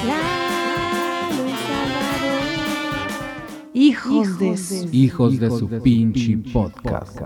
Lalo y Salvador. Hijos de su pinche podcast.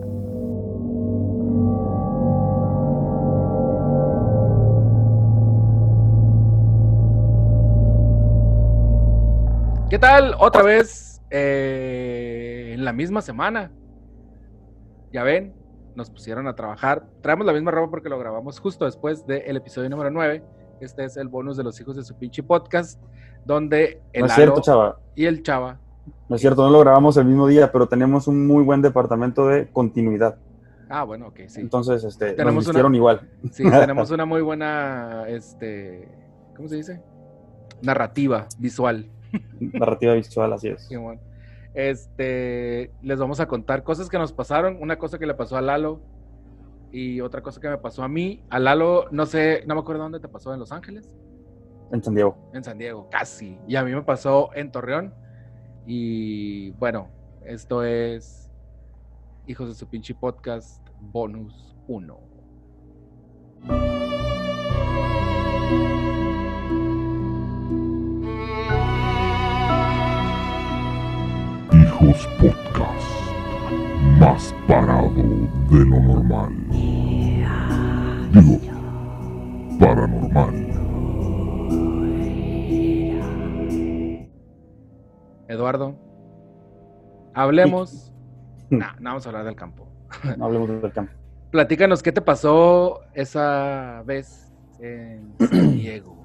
¿Qué tal? Otra vez en la misma semana. Ya ven, nos pusieron a trabajar. Traemos la misma ropa porque lo grabamos justo después del episodio número 9. Este es el bonus de los hijos de su pinche podcast, donde el No es cierto, Lalo Chava. y el Chava. No es cierto, no lo grabamos el mismo día, pero tenemos un muy buen departamento de continuidad. Ah, bueno, ok, sí. Entonces, Tenemos nos vistieron igual. Sí, tenemos una muy buena, ¿cómo se dice? Narrativa visual. Narrativa visual, así es. Sí, bueno. Les vamos a contar cosas que nos pasaron, una cosa que le pasó a Lalo y otra cosa que me pasó a mí. A Lalo, no sé, no me acuerdo dónde te pasó, ¿en Los Ángeles? En San Diego. En San Diego, casi. Y a mí me pasó en Torreón. Y bueno, esto es Hijos de su pinche podcast, bonus 1. Hijos Podcast, más parado de lo normal. Digo, paranormal. Eduardo, hablemos. No vamos a hablar del campo. No hablemos del campo. Platícanos, ¿qué te pasó esa vez en San Diego?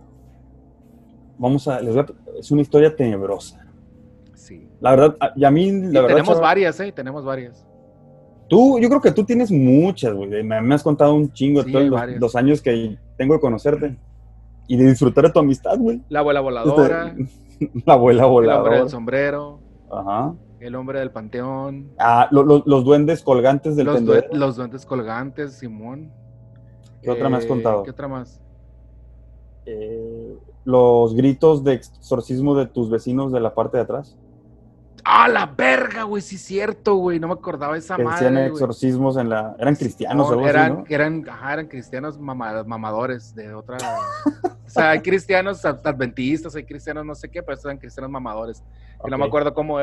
Es una historia tenebrosa. Sí. La verdad, y a mí, la verdad, tenemos Chava, varias, tenemos varias. yo creo que tú tienes muchas, güey. Me has contado un chingo Sí, todos varias. los años que tengo de conocerte y de disfrutar de tu amistad, güey. La abuela voladora, La abuela el hombre voladora. del sombrero, Ajá. el hombre del panteón, Los duendes colgantes del tendedero. los duendes colgantes, Simón. ¿Qué otra me has contado? ¿Qué otra más? Los gritos de exorcismo de tus vecinos de la parte de atrás. ¡Ah, la verga, güey! Sí es cierto, güey. No me acordaba de esa Que madre, hacían güey. exorcismos eran cristianos o algo eran, así, ¿no? eran cristianos mamadores de otra... O sea, hay cristianos adventistas, hay cristianos no sé qué, pero estos eran cristianos mamadores. Y no me Ok. acuerdo cómo,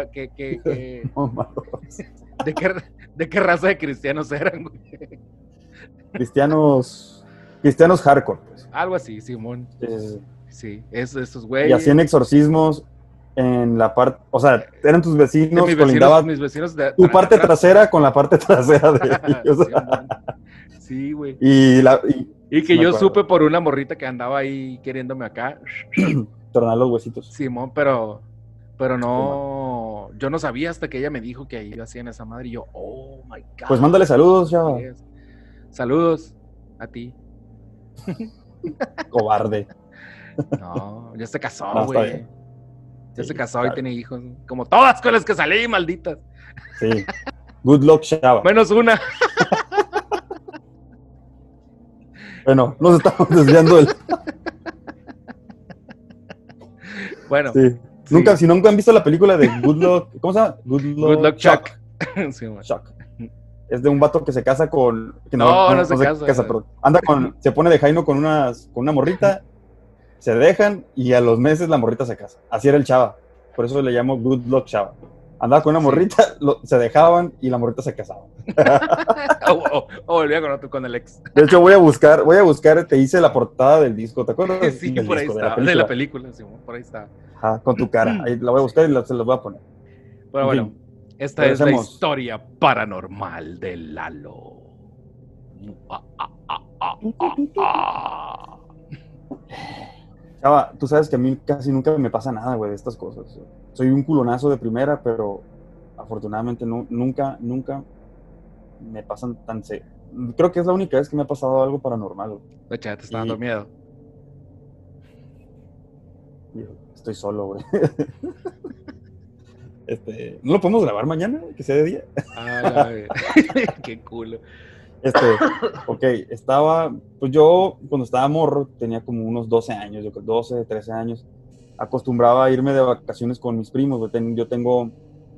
de qué raza de cristianos eran, güey. Cristianos hardcore, pues. Algo así, Simón. Sí, esos Y güeyes. hacían exorcismos en la parte, o sea, eran tus vecinos, Mis vecinos de tu parte trasera con la parte trasera de ellos. Sí, güey. Y Y que me yo acuerdo. supe por una morrita que andaba ahí queriéndome acá. Tronar los huesitos. Simón, pero no, yo no sabía hasta que ella me dijo que ahí hacían esa madre y yo, oh my God. Pues mándale saludos, chava. Yes. Saludos a ti. Cobarde. No, ya se casó, No, está güey. bien. Ya Sí, se casó claro. y tiene hijos. Como todas con las que salí, malditas. Sí. Good luck, chava. Menos una. Bueno, nos estamos desviando del... Bueno. Sí. Sí. Si nunca han visto la película de Good Luck, ¿cómo se llama? Good Luck Chuck. Sí, bueno. Chuck. Es de un vato que se casa con... que No se casa. perdón. Se pone de jaino con una morrita, se dejan y a los meses la morrita se casa. Así era el chava. Por eso le llamo Good Luck Chava. Andaba con una morrita, se dejaban y la morrita se casaba. O volvía con el ex. De hecho, voy a buscar, te hice la portada del disco, ¿te acuerdas? Sí, Del por ahí disco, está. De la película, Simón, por ahí está. Ajá, con tu cara. Ahí la voy a buscar y se los voy a poner. Pero En bueno, fin, esta es la regresemos. historia paranormal de Lalo. Chava, tú sabes que a mí casi nunca me pasa nada, güey, de estas cosas. Soy un culonazo de primera, pero afortunadamente nunca me pasan tan creo que es la única vez que me ha pasado algo paranormal, güey. De hecho, te está dando miedo. Y estoy solo, güey. ¿No lo podemos grabar mañana? Que sea de día. Qué culo. Ok, pues yo cuando estaba morro, tenía como unos 12 años, yo creo, 12, 13 años, acostumbraba a irme de vacaciones con mis primos, yo tengo,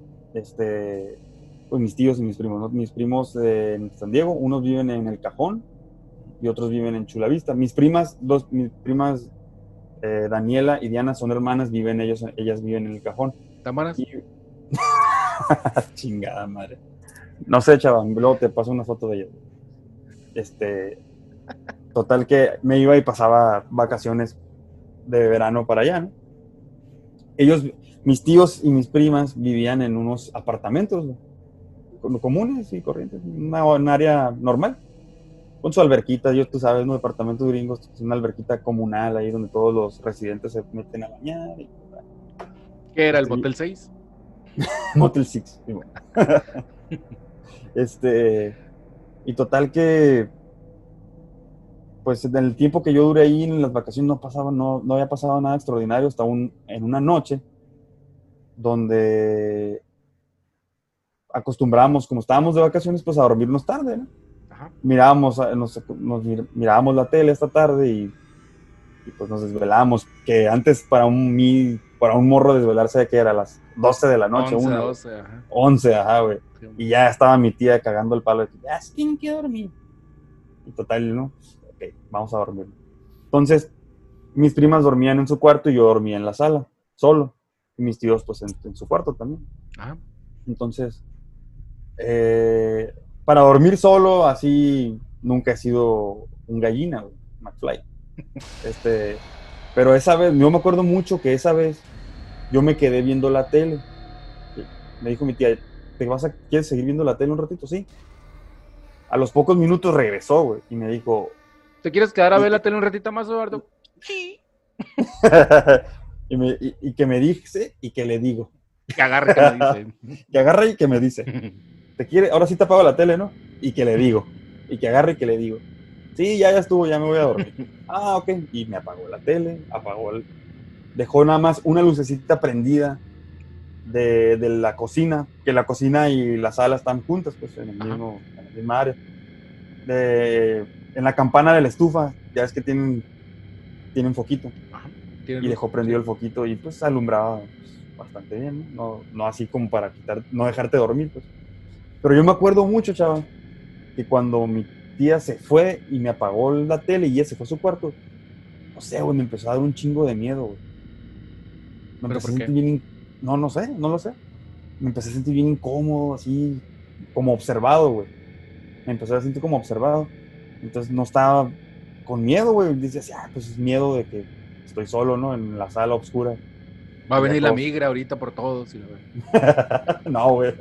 pues mis tíos y mis primos, ¿no? Mis primos en San Diego, unos viven en El Cajón y otros viven en Chula Vista. Mis primas Daniela y Diana son hermanas, ellas viven en el cajón. ¿Támaras? Y... Chingada madre. No sé, chaval, luego te paso una foto de ellas. Total que me iba y pasaba vacaciones de verano para allá, ¿no? Mis tíos y mis primas vivían en unos apartamentos, ¿no? Comunes y corrientes, un área normal, con su alberquita, tú sabes, ¿no? Departamentos gringos, una alberquita comunal ahí donde todos los residentes se meten a bañar. ¿Qué era, el Motel 6? Motel 6, sí, bueno. Y total que, pues en el tiempo que yo duré ahí en las vacaciones no había pasado nada extraordinario hasta en una noche donde acostumbrábamos, como estábamos de vacaciones, pues a dormirnos tarde, ¿no? Ajá. Mirábamos la tele esta tarde y pues nos desvelábamos, que antes para un morro desvelarse de que era a las 12 de la noche, 12, ajá. 11, ajá, güey. Sí, y ya estaba mi tía cagando el palo de que ya tienen que dormir. Y total, ¿no? Ok, vamos a dormir. Entonces, mis primas dormían en su cuarto y yo dormía en la sala, solo. Y mis tíos, pues, en su cuarto también. Ajá. Entonces, para dormir solo, así, nunca he sido un gallina, güey, McFly. Pero esa vez, yo me acuerdo mucho que esa vez yo me quedé viendo la tele. Me dijo mi tía, ¿quieres seguir viendo la tele un ratito? Sí. A los pocos minutos regresó, güey, y me dijo... ¿Te quieres quedar a ver la tele un ratito más, Eduardo? Sí. y que me dice y que le digo. Que agarre que me dice. Que agarre y que me dice. Ahora sí te apago la tele, ¿no? Y que le digo. Y que agarre y que le digo. Sí, ya estuvo, ya me voy a dormir. Ah, ok. Y me apagó la tele, dejó nada más una lucecita prendida de la cocina, que la cocina y la sala están juntas, pues, en la misma área. En la campana de la estufa, ya es que tienen foquito. Ajá. Y dejó prendido el foquito y pues alumbraba pues, bastante bien, ¿no? No así como para no dejarte dormir, pues. Pero yo me acuerdo mucho, chaval, que cuando mi tía se fue y me apagó la tele y ella se fue a su cuarto, no sé, güey, me empezó a dar un chingo de miedo, güey. ¿Pero por qué? No sé, no lo sé. Me empecé a sentir bien incómodo, así, como observado, güey. Me empecé a sentir como observado. Entonces no estaba con miedo, güey. Dices, pues es miedo de que estoy solo, ¿no? En la sala oscura. Va a venir la migra ahorita por todos. No, güey.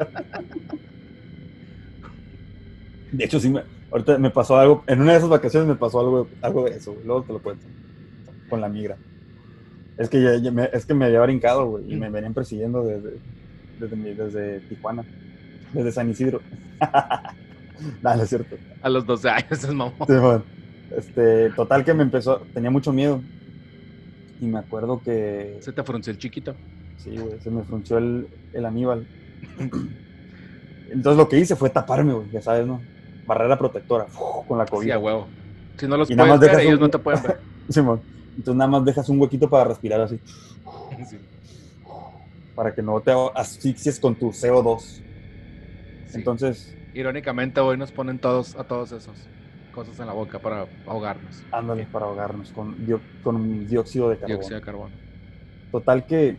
De hecho, sí, ahorita me pasó algo. En una de esas vacaciones me pasó algo de eso, güey. Luego te lo cuento. Con la migra. Es que me había brincado, güey. Y me venían persiguiendo desde Tijuana. Desde San Isidro. No es cierto. A los 12 años es mamón. Sí, bueno. Total que tenía mucho miedo. Y me acuerdo que... ¿Se te frunció el chiquito? Sí, güey, se me frunció el Aníbal. Entonces lo que hice fue taparme, güey, ya sabes, ¿no? Barrera protectora, con la cobija. Sí, a huevo. Si no los puedes ver, ellos no te pueden ver. Sí, man. Entonces nada más dejas un huequito para respirar así. Sí. Para que no te asfixies con tu CO2. Sí. Entonces... Irónicamente hoy nos ponen a todos esos cosas en la boca para ahogarnos. Ándale, para ahogarnos con dióxido de carbono. Dióxido de carbono. Total que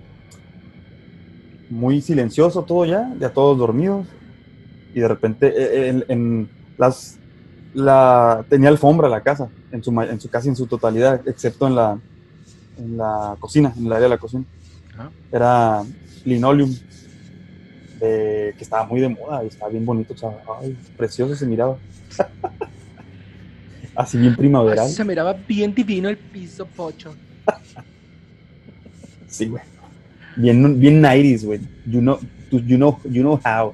muy silencioso todo ya todos dormidos. Y de repente tenía alfombra la casa, casi en su totalidad, excepto en la cocina, en el área de la cocina. Ajá. Era linoleum, que estaba muy de moda y estaba bien bonito, chaval. Ay, precioso se miraba. Así bien primaveral. Se miraba bien divino el piso, pocho. Sí, güey. Bien 90s, güey. You know how.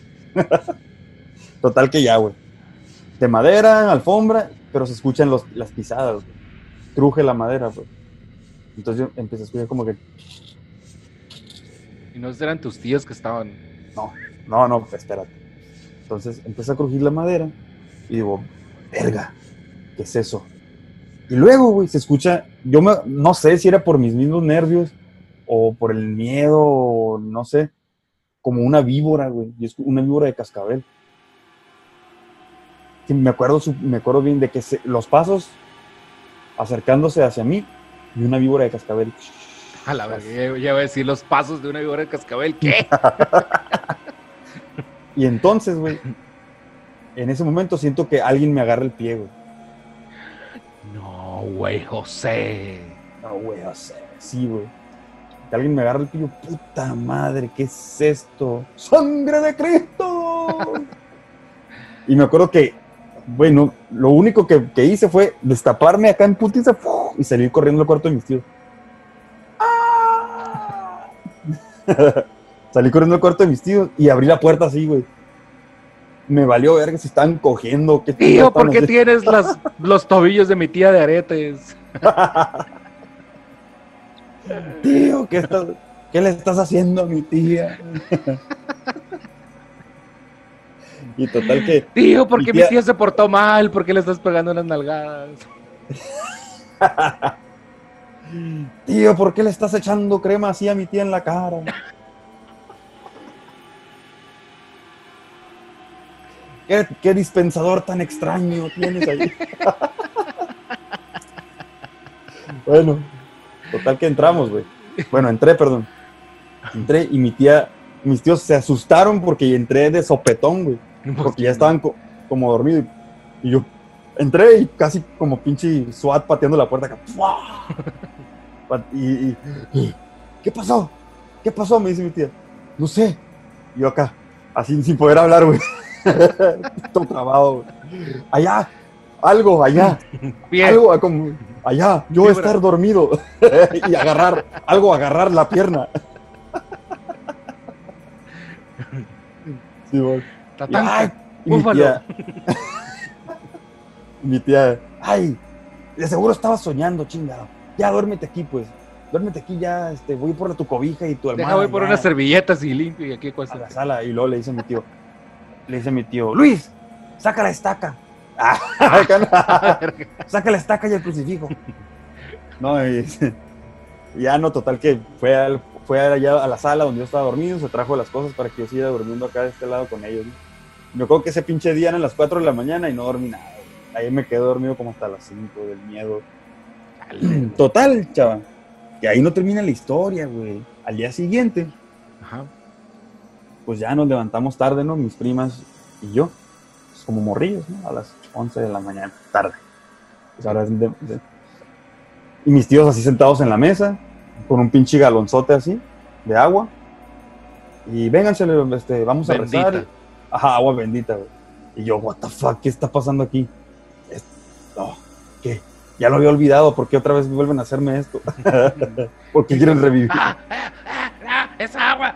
Total que ya, güey. De madera, alfombra, pero se escuchan las pisadas, güey. Cruje la madera, güey. Entonces yo empecé a escuchar como que... ¿Y no eran tus tíos que estaban...? No, espérate. Entonces empecé a crujir la madera y digo, verga, ¿qué es eso? Y luego, güey, se escucha... no sé si era por mis mismos nervios o por el miedo, o no sé, como una víbora, güey. Y es una víbora de cascabel. Me acuerdo bien de que los pasos acercándose hacia mí y una víbora de cascabel. A la verga, ya voy a decir los pasos de una víbora de cascabel. ¿Qué? Y entonces, güey, en ese momento siento que alguien me agarra el pie, güey. No, güey, José. No, güey, o sea, sí, güey. Que alguien me agarra el pie, puta madre, ¿qué es esto? ¡Sangre de Cristo! Y me acuerdo que, bueno, lo único que hice fue destaparme acá en putiza y salir corriendo al cuarto de mis tíos. ¡Ah! Salí corriendo al cuarto de mis tíos y abrí la puerta así, güey. Me valió ver que se estaban cogiendo. ¿Qué Tío, ¿por qué haciendo? tienes los tobillos de mi tía de aretes? Tío, ¿qué le estás haciendo a mi tía? Y total que... Tío, ¿por qué mi tía se portó mal? ¿Por qué le estás pegando unas nalgadas? Tío, ¿por qué le estás echando crema así a mi tía en la cara? ¿Qué dispensador tan extraño tienes ahí? Bueno, total que entramos, güey. Bueno, perdón. Entré y mis tíos se asustaron porque entré de sopetón, güey. Porque ya estaban como dormidos. Y yo entré y casi como pinche SWAT pateando la puerta acá. Y ¿qué pasó? ¿Qué pasó? Me dice mi tía. No sé. Y yo acá, así sin poder hablar, güey. Todo trabado, güey. Allá, algo, allá. Bien. Algo como allá, yo voy a estar dormido. Y agarrar la pierna. Sí, güey. Y mi tía, ay, de seguro estaba soñando, chingado. Ya duérmete aquí, pues. Duérmete aquí ya, voy por tu cobija y tu almohada. Deja, voy por unas servilletas y limpio y aquí a cuesta. la sala. Y luego le dice a mi tío, Luis, saca la estaca. Saca la estaca y el crucifijo. No, y ya no, total que fue allá a la sala donde yo estaba dormido, se trajo las cosas para que yo siga durmiendo acá de este lado con ellos, ¿no? Me acuerdo que ese pinche día eran las 4 de la mañana y no dormí nada, güey. Ahí me quedé dormido como hasta las 5 del miedo. Total, chaval, que ahí no termina la historia, güey. Al día siguiente, Ajá. pues ya nos levantamos tarde, ¿no? Mis primas y yo, pues como morrillos, ¿no? A las 11 de la mañana, tarde. Pues ahora y mis tíos así sentados en la mesa, con un pinche galonzote así, de agua. Y vénganse, vamos a Bendita. rezar. Ajá, agua bendita, güey. Y yo, what the fuck, ¿qué está pasando aquí? No, ¿qué? Ya lo había olvidado, ¿por qué otra vez vuelven a hacerme esto? ¿Por qué quieren revivir? ¡Esa agua!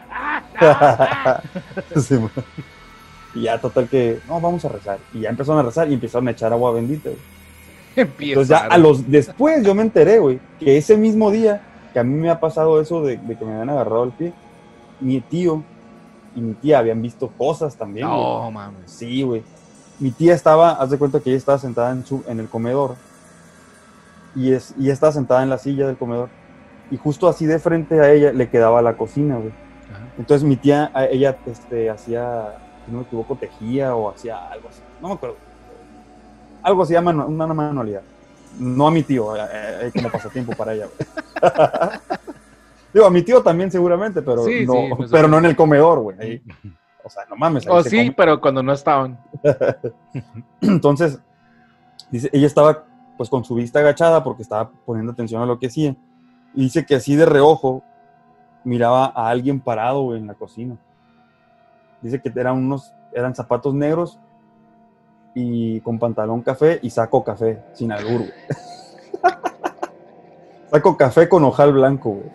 Sí, y ya, total que, no, vamos a rezar. Y ya empezaron a rezar y empezaron a echar agua bendita, güey. Entonces ya después yo me enteré, güey, que ese mismo día que a mí me ha pasado eso de que me habían agarrado el pie, mi tío y mi tía habían visto cosas también, güey. No, mames. Sí, güey. Mi tía haz de cuenta que ella estaba sentada en el comedor y ella estaba sentada en la silla del comedor y justo así de frente a ella le quedaba la cocina, güey. Ajá. Entonces mi tía, ella hacía, si no me equivoco, tejía o hacía algo así, no me acuerdo. Algo así, una manualidad. No a mi tío, como pasatiempo para ella, güey. Digo, a mi tío también seguramente, pero, Sí, no, sí, pues, pero no en el comedor, güey. Ahí, o sea, no mames. O sí, pero cuando no estaban. Entonces, dice, ella estaba pues con su vista agachada porque estaba poniendo atención a lo que hacía. Y dice que así de reojo miraba a alguien parado, güey, en la cocina. Dice que eran zapatos negros y con pantalón café y saco café, sin albur, güey. Saco café con ojal blanco, güey.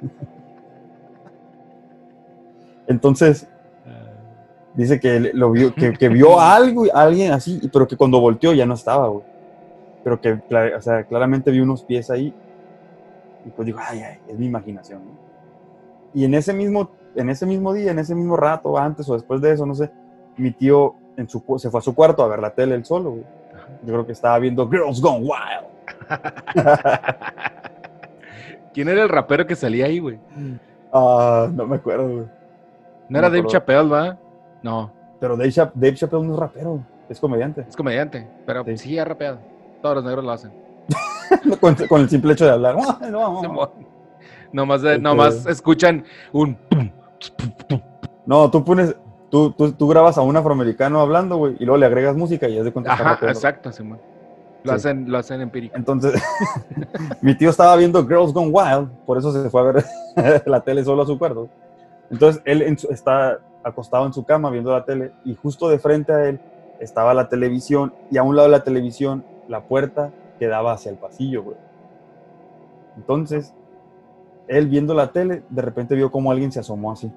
Entonces, dice que lo vio, que vio a alguien así, pero que cuando volteó ya no estaba, güey. Pero que, o sea, claramente vio unos pies ahí. Y pues digo, ay, es mi imaginación, ¿no? Y en ese mismo día, en ese mismo rato, antes o después de eso, no sé, mi tío se fue a su cuarto a ver la tele él solo, güey. Yo creo que estaba viendo Girls Gone Wild. ¿Quién era el rapero que salía ahí, güey? No me acuerdo, güey. No era Dave Chappelle, ¿va? No. Pero Dave Chappelle no es rapero, es comediante. Es comediante, pero Sí. sí ha rapeado. Todos los negros lo hacen. Con el simple hecho de hablar. Simón. Nomás escuchan un pum, pum, pum. No, tú grabas a un afroamericano hablando, güey, y luego le agregas música y ya de cuenta. Ajá, exacto, Simón. Lo Sí. hacen empírico. Entonces, mi tío estaba viendo Girls Gone Wild, por eso se fue a ver la tele solo a su cuarto. Entonces, él está acostado en su cama viendo la tele y justo de frente a él estaba la televisión y a un lado de la televisión la puerta que daba hacia el pasillo, güey. Entonces, él viendo la tele, de repente vio como alguien se asomó así.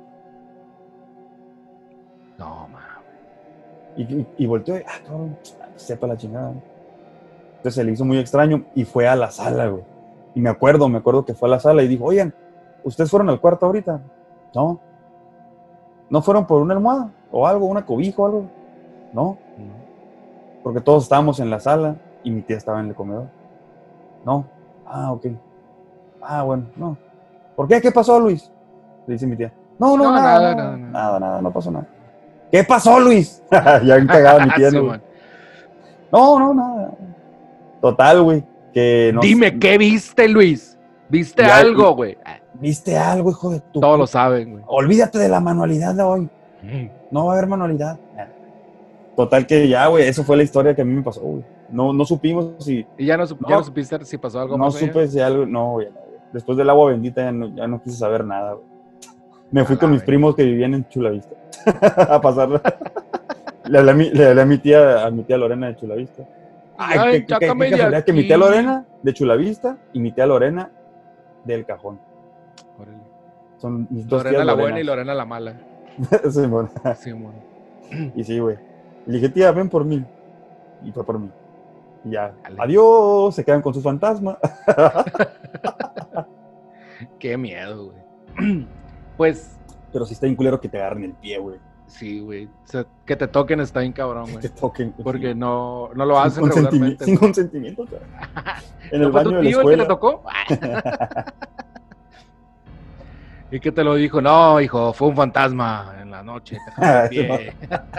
No, mames. Y volteó y, cabrón, sepa la chingada. Entonces se le hizo muy extraño y fue a la sala, güey. Y me acuerdo que fue a la sala y dijo, oigan, ¿ustedes fueron al cuarto ahorita? No. ¿No fueron por una almohada o algo, una cobija o algo? No. Porque todos estábamos en la sala y mi tía estaba en el comedor. No. Ok. Bueno, no. ¿Por qué? ¿Qué pasó, Luis? Le dice mi tía. No, nada, no pasó nada. ¿Qué pasó, Luis? Ya encagada mi tía. Sí, no, nada. Total, güey. Dime, ¿qué viste, Luis? ¿Viste algo, güey? ¿Viste algo, hijo de tu... Todos lo saben, güey. Olvídate de la manualidad de hoy. No va a haber manualidad. Total que ya, güey, eso fue la historia que a mí me pasó, güey. No supimos si... ¿Y ya no supiste si pasó algo no más? No supe si algo... No, güey. Después del agua bendita ya no quise saber nada, güey. Me fui con mis primos que vivían en Chulavista a pasarla. Le hablé a mi tía Lorena de Chulavista. Qué casualidad que mi tía Lorena de Chulavista y mi tía Lorena del Cajón. Órale. Son mis dos Lorena tías la Lorenas. buena y Lorena la mala. Sí, bueno. Sí, bueno. Y sí, güey. Y le dije, tía, ven por mí. Y fue por mí. Y ya, Dale. adiós, se quedan con su fantasma. Qué miedo, güey. Pues... Pero sí está bien culero que te agarren el pie, güey. Sí, güey. O sea, que te toquen está bien cabrón, güey. Que te toquen. Porque no lo hacen regularmente. Sin consentimiento, güey. En ¿No el fue baño tu de la tío el que te escuela. tocó? ¿Y qué te lo dijo? No, hijo, fue un fantasma en la noche. Te jaló el pie.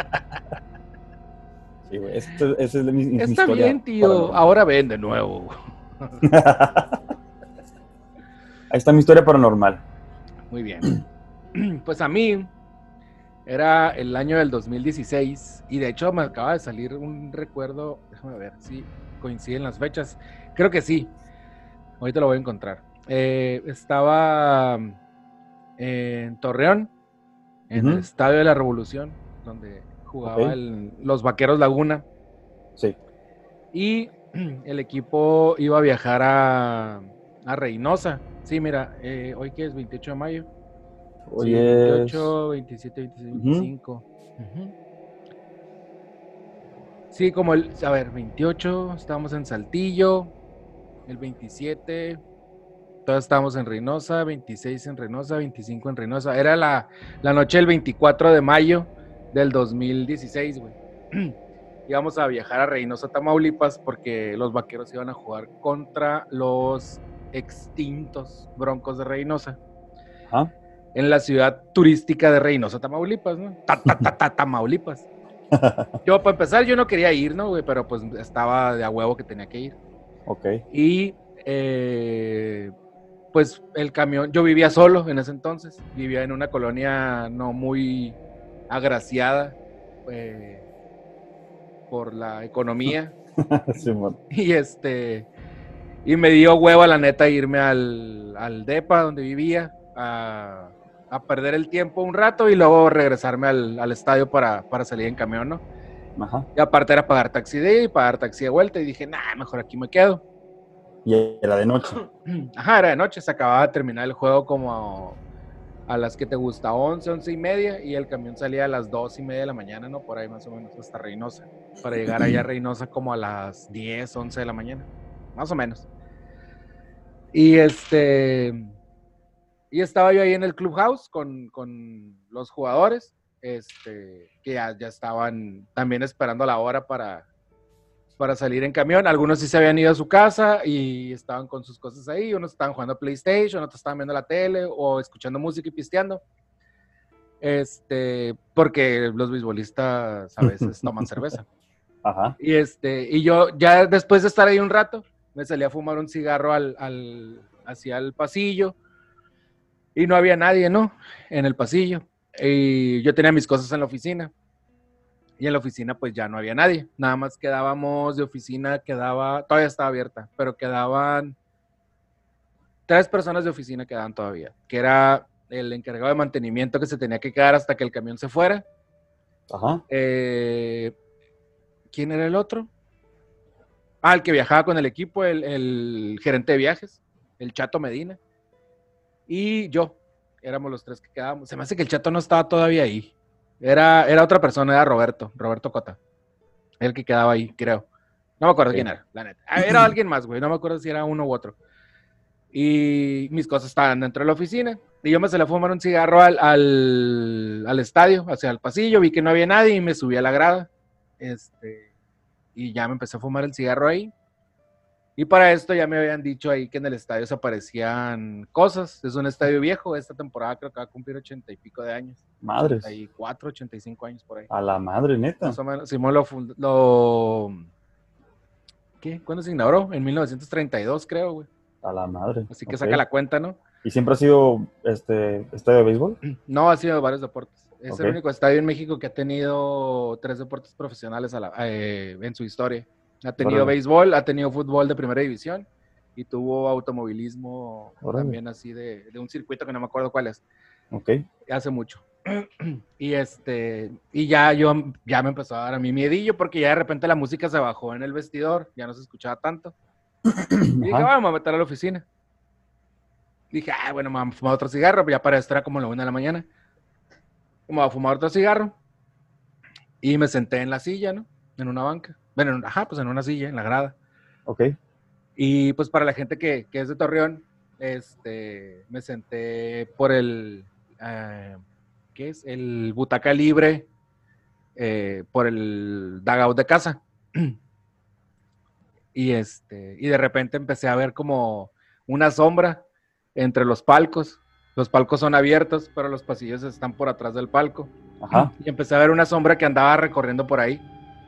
Sí, güey. Esa es mi Está historia. bien, tío. Ahora ven de nuevo. Ahí está mi historia paranormal. Muy bien. Pues a mí era el año del 2016 y de hecho me acaba de salir un recuerdo, déjame ver si coinciden las fechas. Creo que sí. Ahorita lo voy a encontrar. Estaba en Torreón, en el Estadio de la Revolución, donde jugaban los Vaqueros Laguna. Sí. Y el equipo iba a viajar a Reynosa. Sí, mira, hoy que es 28 de mayo. Hoy Sí, es 28, 27, 26, 25. Sí, como a ver, 28, estábamos en Saltillo, el 27, todos estábamos en Reynosa, 26 en Reynosa, 25 en Reynosa. Era la noche del 24 de mayo del 2016, güey. Íbamos a viajar a Reynosa, Tamaulipas, porque los Vaqueros iban a jugar contra los extintos Broncos de Reynosa. Ajá. En la ciudad turística de Reynosa, Tamaulipas, ¿no? Tamaulipas. Yo, para empezar, yo no quería ir, ¿no, güey? Pero pues estaba de a huevo que tenía que ir. Ok. Y, pues, el camión, yo vivía solo en ese entonces. Vivía en una colonia no muy agraciada por la economía. Sí, bueno. Y me dio hueva, la neta, irme al depa donde vivía a perder el tiempo un rato y luego regresarme al estadio para salir en camión, ¿no? Ajá. Y aparte era pagar taxi de ida y pagar taxi de vuelta y dije, mejor aquí me quedo. Y era de noche. Ajá, era de noche, se acababa de terminar el juego como a las que te gusta, 11 y media, y el camión salía a las 2:30 de la mañana, ¿no? Por ahí más o menos, hasta Reynosa, para llegar allá a Reynosa como a las 10, 11 de la mañana, más o menos. Y y estaba yo ahí en el clubhouse con los jugadores, que ya estaban también esperando la hora para salir en camión. Algunos sí se habían ido a su casa y estaban con sus cosas ahí. Unos estaban jugando PlayStation, otros estaban viendo la tele o escuchando música y pisteando. Porque los beisbolistas a veces toman cerveza. Ajá. Y yo ya después de estar ahí un rato, me salí a fumar un cigarro hacia el pasillo y no había nadie, ¿no? En el pasillo. Y yo tenía mis cosas en la oficina. Y en la oficina pues ya no había nadie. Nada más quedábamos de oficina, todavía estaba abierta, pero quedaban 3 personas de oficina quedaban todavía, que era el encargado de mantenimiento que se tenía que quedar hasta que el camión se fuera. Ajá. ¿Quién era el otro? El que viajaba con el equipo, el gerente de viajes, el Chato Medina. Y yo, éramos los 3 que quedábamos. Se me hace que el Chato no estaba todavía ahí. Era otra persona, era Roberto Cota. El que quedaba ahí, creo. No me acuerdo quién era, la neta. Era alguien más, güey. No me acuerdo si era uno u otro. Y mis cosas estaban dentro de la oficina. Y yo me salí a fumar un cigarro al estadio, hacia el pasillo. Vi que no había nadie y me subí a la grada. Y ya me empecé a fumar el cigarro ahí. Y para esto ya me habían dicho ahí que en el estadio se aparecían cosas. Es un estadio viejo. Esta temporada creo que va a cumplir 80 y pico de años. Madres. 84, 85 años por ahí. A la madre, neta. Más o menos. Simón ¿qué? ¿Cuándo se inauguró? En 1932, creo, güey. A la madre. Así que saca la cuenta, ¿no? ¿Y siempre ha sido estadio de béisbol? No, ha sido de varios deportes. Es el Ok. único estadio en México que ha tenido 3 deportes profesionales en su historia. Ha tenido Órale. béisbol, ha tenido fútbol de primera división y tuvo automovilismo Órale. también así de un circuito que no me acuerdo cuál es. Ok. Hace mucho. Y ya me empezó a dar a mí miedillo porque ya de repente la música se bajó en el vestidor, ya no se escuchaba tanto. Y dije, vamos a meter a la oficina. Dije, bueno, me voy a fumar otro cigarro, ya para esto era como la 1 de la mañana. Me voy a fumar otro cigarro. Y me senté en la silla, ¿no? En una banca. Bueno, pues en una silla, en la grada. Ok. Y pues para la gente que es de Torreón, me senté por ¿qué es? El butaca libre, por el dugout de casa. Y de repente empecé a ver como una sombra entre los palcos. Los palcos son abiertos, pero los pasillos están por atrás del palco. Ajá. Y empecé a ver una sombra que andaba recorriendo por ahí.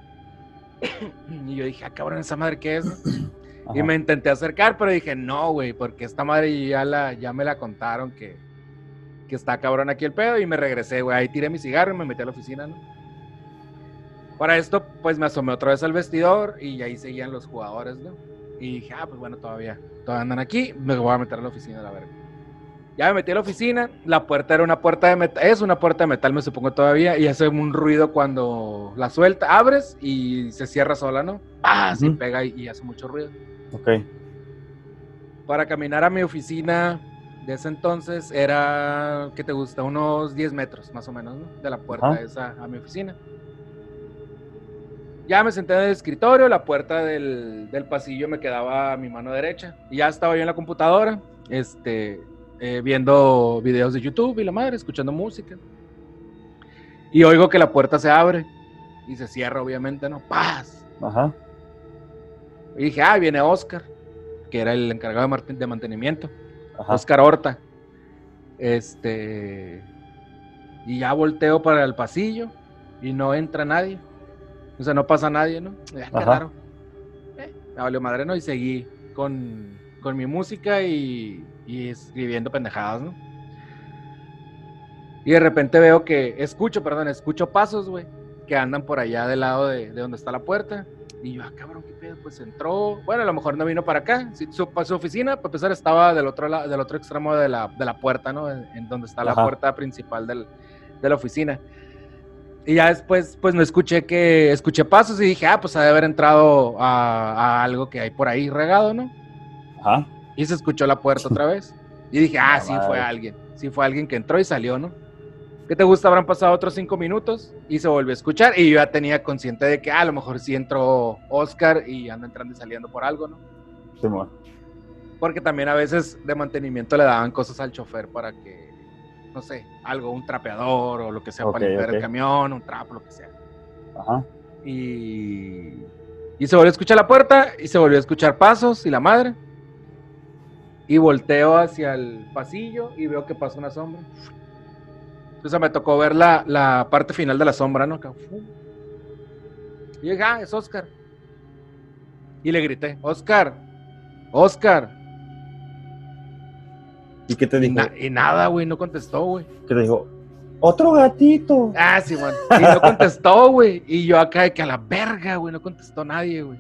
Y yo dije, cabrón, ¿esa madre qué es? Ajá. Y me intenté acercar, pero dije, no, güey, porque esta madre ya me la contaron que está cabrón aquí el pedo. Y me regresé, güey, ahí tiré mi cigarro y me metí a la oficina, ¿no? Para esto, pues me asomé otra vez al vestidor y ahí seguían los jugadores, ¿no? Y dije, pues bueno, todavía andan aquí, me voy a meter a la oficina, la verga. Ya me metí a la oficina, la puerta era una puerta de metal, es una puerta de metal, me supongo todavía, y hace un ruido cuando la suelta, abres y se cierra sola, ¿no? Se pega y hace mucho ruido. Ok. Para caminar a mi oficina de ese entonces era, ¿qué te gusta? Unos 10 metros más o menos, ¿no? De la puerta esa a mi oficina. Ya me senté en el escritorio, la puerta del pasillo me quedaba a mi mano derecha. Y ya estaba yo en la computadora, viendo videos de YouTube y la madre, escuchando música. Y oigo que la puerta se abre y se cierra, obviamente, ¿no? ¡Paz! Ajá. Y dije, viene Oscar, que era el encargado de mantenimiento. Ajá. Oscar Horta. Y ya volteo para el pasillo y no entra nadie. O sea, no pasa nadie, ¿no? Qué raro. Me valió madre, ¿no? Y seguí con mi música y escribiendo pendejadas, ¿no? Y de repente veo escucho pasos, güey, que andan por allá del lado de donde está la puerta. Y yo, cabrón, qué pedo, pues entró. Bueno, a lo mejor no vino para acá. Su oficina, para empezar, estaba del otro extremo de la puerta, ¿no? En donde está la puerta principal de la oficina. Y ya después, pues no escuché pasos y dije, pues ha de haber entrado a algo que hay por ahí regado, ¿no? Ajá. Y se escuchó la puerta otra vez. Y dije, sí fue alguien. Sí fue alguien que entró y salió, ¿no? ¿Qué te gusta? Habrán pasado otros 5 minutos y se volvió a escuchar. Y yo ya tenía consciente de que a lo mejor sí entró Oscar y anda entrando y saliendo por algo, ¿no? Sí, bueno. Porque también a veces de mantenimiento le daban cosas al chofer para que, no sé, algo, un trapeador o lo que sea, para limpiar el camión, un trapo, lo que sea. Ajá. Y se volvió a escuchar la puerta y se volvió a escuchar pasos y la madre. Y volteo hacia el pasillo y veo que pasa una sombra. Entonces me tocó ver la parte final de la sombra, ¿no? Y dije, es Oscar. Y le grité, Oscar. Oscar. ¿Y qué te dijo? Y nada, güey, no contestó, güey. ¿Qué te dijo? ¡Otro gatito! Ah, sí, man. Y no contestó, güey. Y yo acá de que a la verga, güey, no contestó nadie, güey.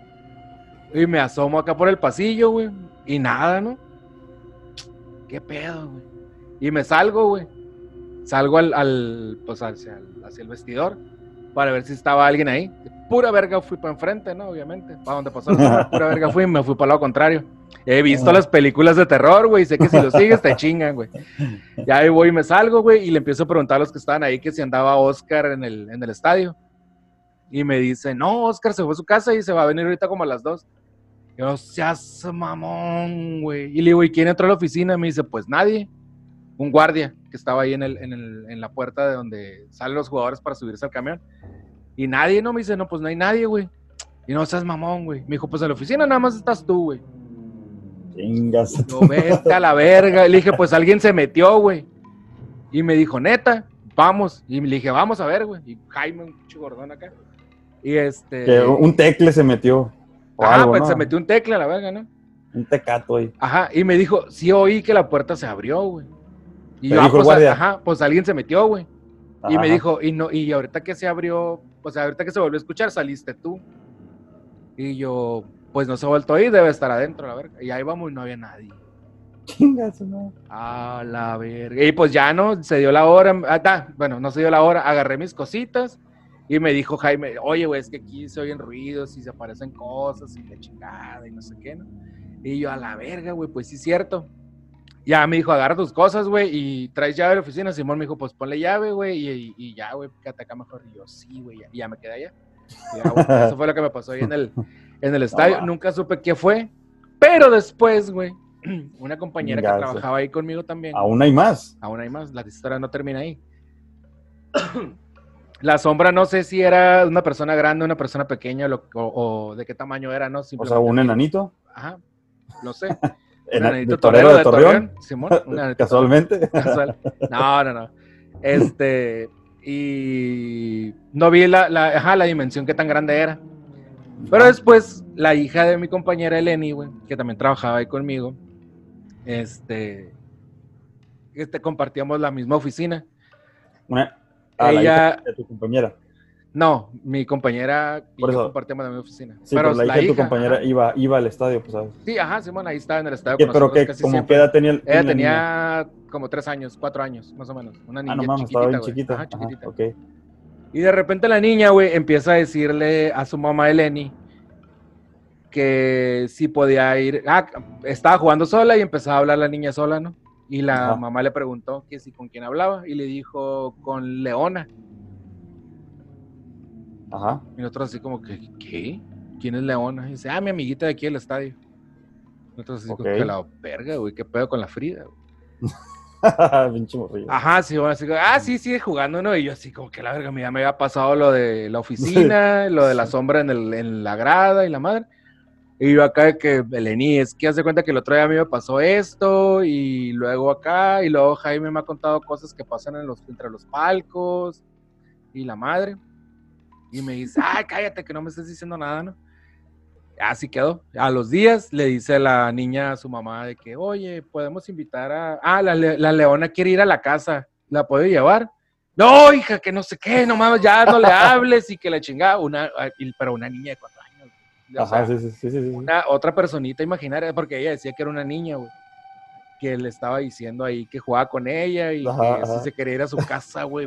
Y me asomo acá por el pasillo, güey. Y nada, ¿no? ¿Qué pedo, güey? Y me salgo, güey. Salgo pues hacia el vestidor para ver si estaba alguien ahí. Pura verga fui para enfrente, ¿no? Obviamente. Para donde pasó la sombra, pura verga fui y me fui para el lado contrario. He visto las películas de terror, güey. Sé que si lo sigues te chingan, güey. Ya ahí voy y me salgo, güey. Y le empiezo a preguntar a los que estaban ahí que si andaba Oscar en el estadio. Y me dice, no, Oscar se fue a su casa y se va a venir ahorita como a las 2. Yo, seas mamón, güey. Y le digo, ¿y quién entró a la oficina? Me dice, pues nadie. Un guardia que estaba ahí en la puerta de donde salen los jugadores para subirse al camión. Y nadie, ¿no? Me dice, no, pues no hay nadie, güey. Y no, seas mamón, güey. Me dijo, pues en la oficina nada más estás tú, güey. Chingas. Yo, vete a la verga. Y le dije, pues alguien se metió, güey. Y me dijo, neta, vamos. Y le dije, vamos a ver, güey. Y Jaime, un pinche gordón acá. Y Que un tecle se metió. Ajá, pues ¿no? Se metió un tecle a la verga, ¿no? Un tecato ahí. Ajá, y me dijo, sí oí que la puerta se abrió, güey. Y yo, pues, ajá, pues alguien se metió, güey. Y ajá. me dijo, y ahorita que se abrió, o sea, ahorita que se volvió a escuchar, saliste tú. Y yo, pues no se ha vuelto a ir, debe estar adentro, la verga. Y ahí vamos y no había nadie. Chingas, no. A la verga. Y pues ya no, se dio la hora. Bueno, no se dio la hora, agarré mis cositas. Y me dijo Jaime, oye, güey, es que aquí se oyen ruidos y se aparecen cosas y la chingada y no sé qué, ¿no? Y yo, a la verga, güey, pues sí es cierto. Ya me dijo, agarra tus cosas, güey, y traes llave de la oficina. Simón me dijo, pues ponle llave, güey, y ya, güey, quédate acá mejor. Y yo, sí, güey, y ya me quedé allá. Ya, güey, eso fue lo que me pasó ahí en el estadio. Nunca supe qué fue, pero después, güey, una compañera que trabajaba ahí conmigo también. Aún hay más. Aún hay más, la historia no termina ahí. La sombra no sé si era una persona grande, una persona pequeña o de qué tamaño era, ¿no? O sea, un enanito. Ajá, no sé. Un enanito torero de Torreón. Simón. Casualmente. Casual. No. Y no vi la dimensión que tan grande era. Pero después, la hija de mi compañera Eleni, güey, que también trabajaba ahí conmigo, compartíamos la misma oficina. La hija de tu compañera. No, mi compañera y yo compartíamos la misma oficina. Sí, pero la hija de tu compañera iba al estadio, pues, ¿sabes? Sí, ajá, Simón, ahí estaba en el estadio. Pero que, como qué edad tenía ella tenía como 3 años, 4 años, más o menos. Una niña no mames, chiquitita, estaba bien chiquita. Ajá, chiquitita. Okay. Y de repente la niña, güey, empieza a decirle a su mamá Eleni que sí podía ir. Estaba jugando sola y empezaba a hablar la niña sola, ¿no? Y la mamá le preguntó que si con quién hablaba y le dijo con Leona. Ajá. Y nosotros así como que, ¿qué? ¿Quién es Leona? Y dice, mi amiguita de aquí del estadio. Nosotros así como que la verga, güey, qué pedo con la Frida, güey. Pinche morrillo. Ajá, sí, bueno, así, sigue jugando, ¿no? Y yo así como que la verga, ya me había pasado lo de la oficina, lo de la sombra en la grada y la madre. Y yo acá de que, Eleni, es que hace cuenta que el otro día a mí me pasó esto, y luego acá, y luego Jaime me ha contado cosas que pasan entre los palcos, y la madre. Y me dice, cállate, que no me estés diciendo nada, ¿no? Así quedó. A los días le dice la niña a su mamá de que, oye, podemos invitar la Leona quiere ir a la casa, ¿la puedo llevar? No, hija, que no sé qué, no mames, ya no le hables y que la chingada, pero una niña de 4 años. Ajá, sí. Otra personita imaginaria, porque ella decía que era una niña, güey, que le estaba diciendo ahí que jugaba con ella y que si se quería ir a su casa, güey.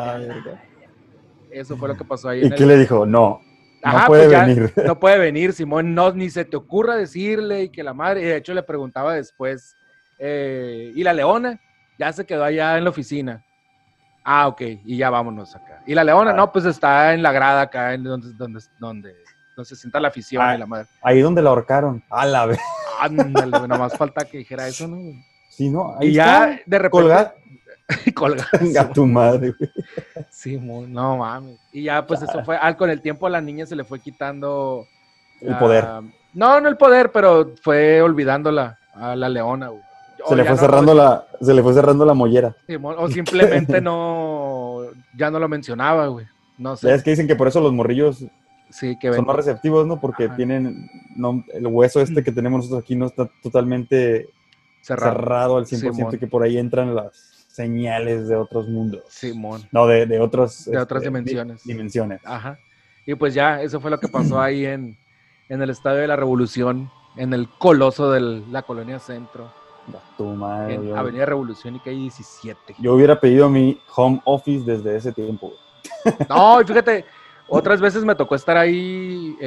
Eso fue lo que pasó ahí. ¿Y qué le dijo? No puede venir. No puede venir, Simón, ni se te ocurra decirle, y que la madre, y de hecho le preguntaba después, ¿y la Leona? Ya se quedó allá en la oficina. Ok, y ya vámonos acá. Y la Leona, no, pues está en la grada acá, en donde se sienta la afición y la madre. Ahí donde la ahorcaron. A la vez. Ándale, nomás falta que dijera eso, ¿no? Sí, no, ahí y está. Ya, de repente... Colgada. A tu madre, güey. Sí, no mames. Y ya, pues eso fue. Con el tiempo a la niña se le fue quitando el poder. No el poder, pero fue olvidándola a la Leona, güey. Se le fue cerrando la mollera. Sí, o simplemente ya no lo mencionaba, güey. No sé. Es que dicen que por eso los morrillos Sí, que son ven. más receptivos, ¿no? Porque Ajá. tienen, no, el hueso que tenemos nosotros aquí no está totalmente cerrado al 100% y Simón. que por ahí entran las señales de otros mundos. Simón. No, de otras De otras dimensiones. dimensiones. Ajá. Y pues ya, eso fue lo que pasó ahí en el Estadio de la Revolución, en el coloso de la Colonia Centro, Tu madre, en Avenida Revolución y calle 17. yo hubiera pedido mi home office desde ese tiempo. No, y fíjate, otras veces me tocó estar ahí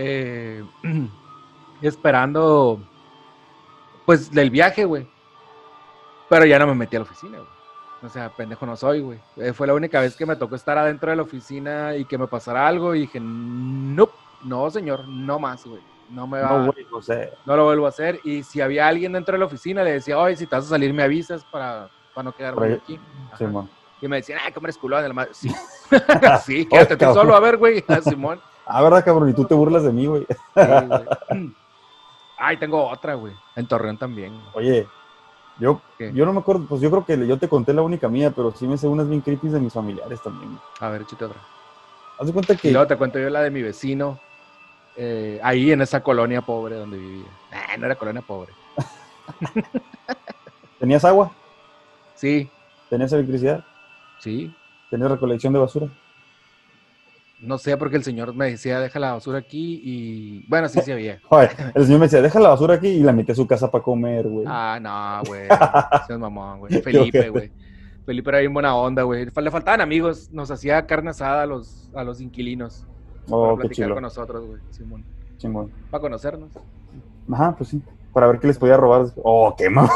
esperando, pues, del viaje, güey. Pero ya no me metí a la oficina, güey. O sea, pendejo no soy, güey. Fue la única vez que me tocó estar adentro de la oficina y que me pasara algo y dije, nope, no, señor, no más, güey. No me va, No, güey, o sea, no lo vuelvo a hacer. Y si había alguien dentro de la oficina, le decía, oye, si te vas a salir, me avisas para no quedarme yo aquí. sí, Ajá. man. Y me decían, ay, ¿cómo eres culón? Sí. Sí, quédate tú solo, a ver, güey. Simón. Ah, ¿verdad, cabrón? Y tú te burlas de mí, güey. Sí, güey. Ay, tengo otra, güey. En Torreón también. Oye, yo ¿Qué? no me acuerdo, pues yo creo que yo te conté la única mía, pero sí me sé unas bien creepy de mis familiares también. A ver, échate otra. Haz de cuenta Y que luego te cuento yo la de mi vecino, ahí en esa colonia pobre donde vivía. No era colonia pobre. tenías agua, Sí, tenías electricidad, sí. tenías recolección de basura. No sé, porque el señor me decía, deja la basura aquí y... Bueno, sí había. Joder, el señor me decía, deja la basura aquí y la metí a su casa para comer, güey. Ah, no, güey. Seas mamón, güey. Qué Felipe, ojete. güey. Felipe era bien buena onda, güey. Le faltaban amigos. Nos hacía carne asada a los inquilinos. Para Oh, qué platicar chilo, con nosotros, güey. Simón. chingón. Para conocernos. Ajá, pues sí, para ver qué les podía robar. Oh, qué mal.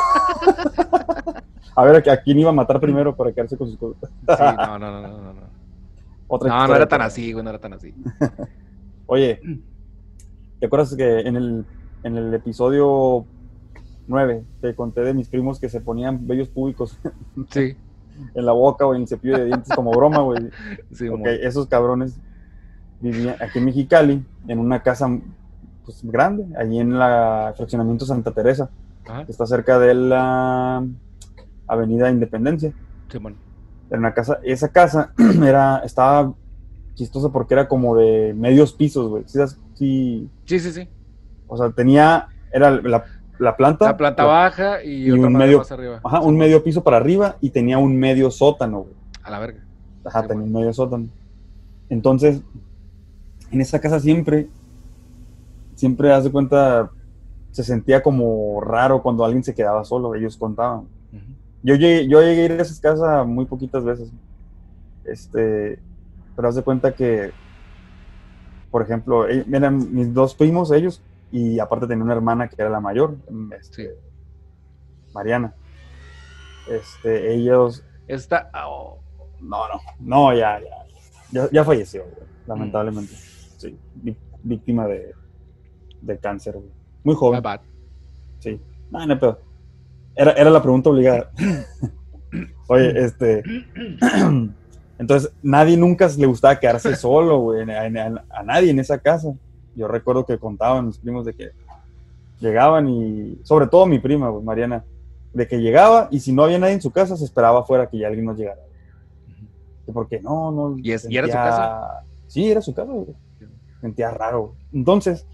A ver, ¿a quién iba a matar primero para quedarse con sus cosas? Sí, no. Otra No historia, era tan pero- así, güey. No era tan así. Oye, ¿te acuerdas que en el episodio 9 te conté de mis primos que se ponían vellos públicos Sí, en la boca o en el cepillo de dientes como broma, güey? sí, Ok, mon. esos cabrones vivían aquí en Mexicali, en una casa pues, grande, allí en el fraccionamiento Santa Teresa, Ajá, que está cerca de la Avenida Independencia. Simón. Era una casa, esa casa estaba chistosa porque era como de medios pisos, güey. Sí, Sí. o sea, era la planta. La planta baja y otra un madre medio, más arriba. ajá, un Simón. medio piso para arriba y tenía un medio sótano, güey. A la verga. Ajá, Sí, tenía bueno. un medio sótano. Entonces, en esa casa siempre, haz de cuenta, se sentía como raro cuando alguien se quedaba solo, ellos contaban. Ujú. Yo llegué a ir a esas casas muy poquitas veces. Pero haz de cuenta que, por ejemplo, eran mis dos primos, ellos, y aparte tenía una hermana que era la mayor, Sí. Mariana. Ellos, Esta. no, ya falleció, güey, lamentablemente. Sí, víctima de cáncer, güey. Muy My joven, bad. sí. No pedo. Era la pregunta obligada. Oye, entonces nadie nunca le gustaba quedarse solo, güey, a nadie en esa casa. Yo recuerdo que contaban mis primos de que llegaban y, sobre todo mi prima, güey, Mariana, de que llegaba y si no había nadie en su casa, se esperaba afuera que ya alguien nos llegara. Porque no. ¿Y era su casa? Sí, era su casa, güey. Sentía raro, güey. Entonces,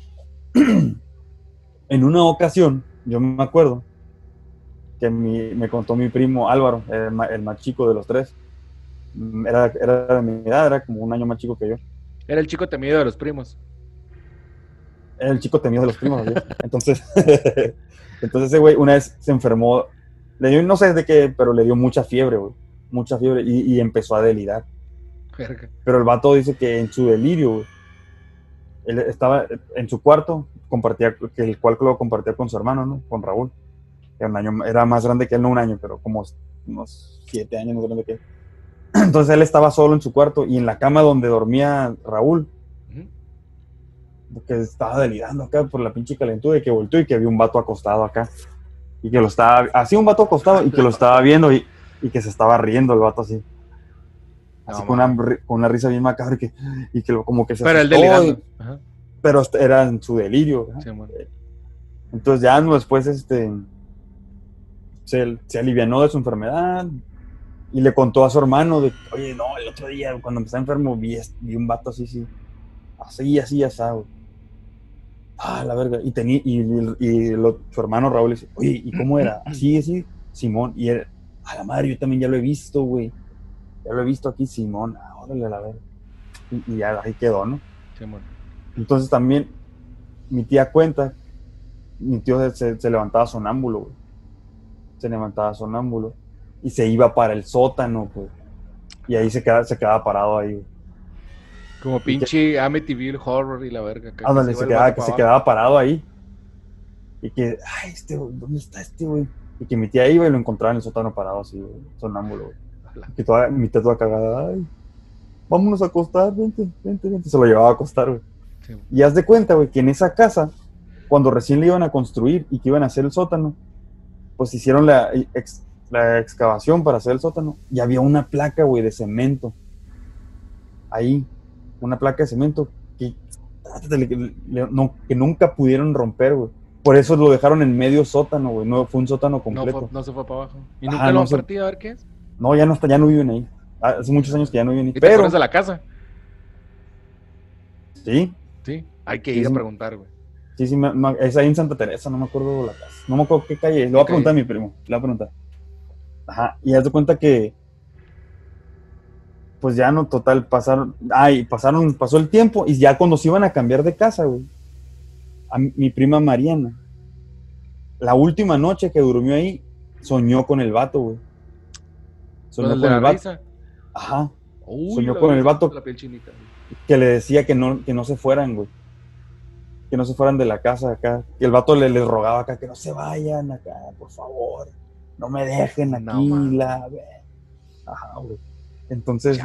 en una ocasión, yo me acuerdo que me contó mi primo Álvaro, el más chico de los tres. Era de mi edad, era como un año más chico que yo. Era el chico temido de los primos. Era el chico temido de los primos, güey. Entonces ese güey una vez se enfermó, le dio, no sé de qué, pero le dio mucha fiebre, güey. Mucha fiebre y empezó a delirar. Verga. Pero el vato dice que en su delirio, güey, él estaba en su cuarto, el cual lo compartía con su hermano, ¿no? Con Raúl. Era más grande que él, no un año, pero como unos 7 años más grande que él. Entonces él estaba solo en su cuarto y en la cama donde dormía Raúl, que estaba delirando acá por la pinche calentura y que volteó y que había un vato acostado acá. Y que lo estaba, así un vato acostado y que lo estaba viendo y que se estaba riendo el vato así. Así No, con una risa bien macabra y que como que se Pero él asustó, delirando. Ajá. pero era en su delirio. Sí, bueno. Entonces ya después se alivianó de su enfermedad y le contó a su hermano de, oye, no, el otro día cuando me estaba enfermo vi un vato así, sí. así, güey. Ah, la verga. Su hermano Raúl le dice, oye, ¿y cómo era? Así, Simón. Y él, a la madre, yo también ya lo he visto, güey. Ya lo he visto aquí, Simón. Órale, a la verga. Y ya ahí quedó, ¿no? Simón. Entonces también mi tía cuenta, mi tío se levantaba sonámbulo, güey. Se levantaba sonámbulo y se iba para el sótano, güey. Y ahí se quedaba parado ahí, güey. Como pinche Amityville Horror y la verga. Ándale, se quedaba parado ahí. Y que, ay, ¿dónde está este, güey? Y que mi tía iba y lo encontraba en el sótano parado así, güey, sonámbulo, güey. Que mi tía toda cagada, ay, vámonos a acostar, vente. Se lo llevaba a acostar, güey. Sí. Y haz de cuenta, güey, que en esa casa, cuando recién le iban a construir y que iban a hacer el sótano, pues hicieron la excavación para hacer el sótano y había una placa, güey, de cemento. Ahí, una placa de cemento que nunca pudieron romper, güey. Por eso lo dejaron en medio sótano, güey. No fue un sótano completo. No se fue para abajo. ¿Y nunca lo han partido a ver qué es? No, ya no viven ahí. Hace muchos años que ya no viven ahí. ¿Y te acuerdas de la casa? Sí. Sí, hay que ir a preguntar, güey. Sí, es ahí en Santa Teresa, no me acuerdo la casa. No me acuerdo qué calle es. Le voy a preguntar a mi primo. Le voy a preguntar. Ajá, y haz de cuenta que pues ya no, total, pasó el tiempo y ya cuando se iban a cambiar de casa, güey, a mi prima Mariana, la última noche que durmió ahí, soñó con el vato, güey. Soñó con el vato. Ajá. Soñó con el vato que le decía que no se fueran, güey. Que no se fueran de la casa acá. Que el vato les rogaba acá que no se vayan acá, por favor. No me dejen aquí, Ajá, güey. Entonces,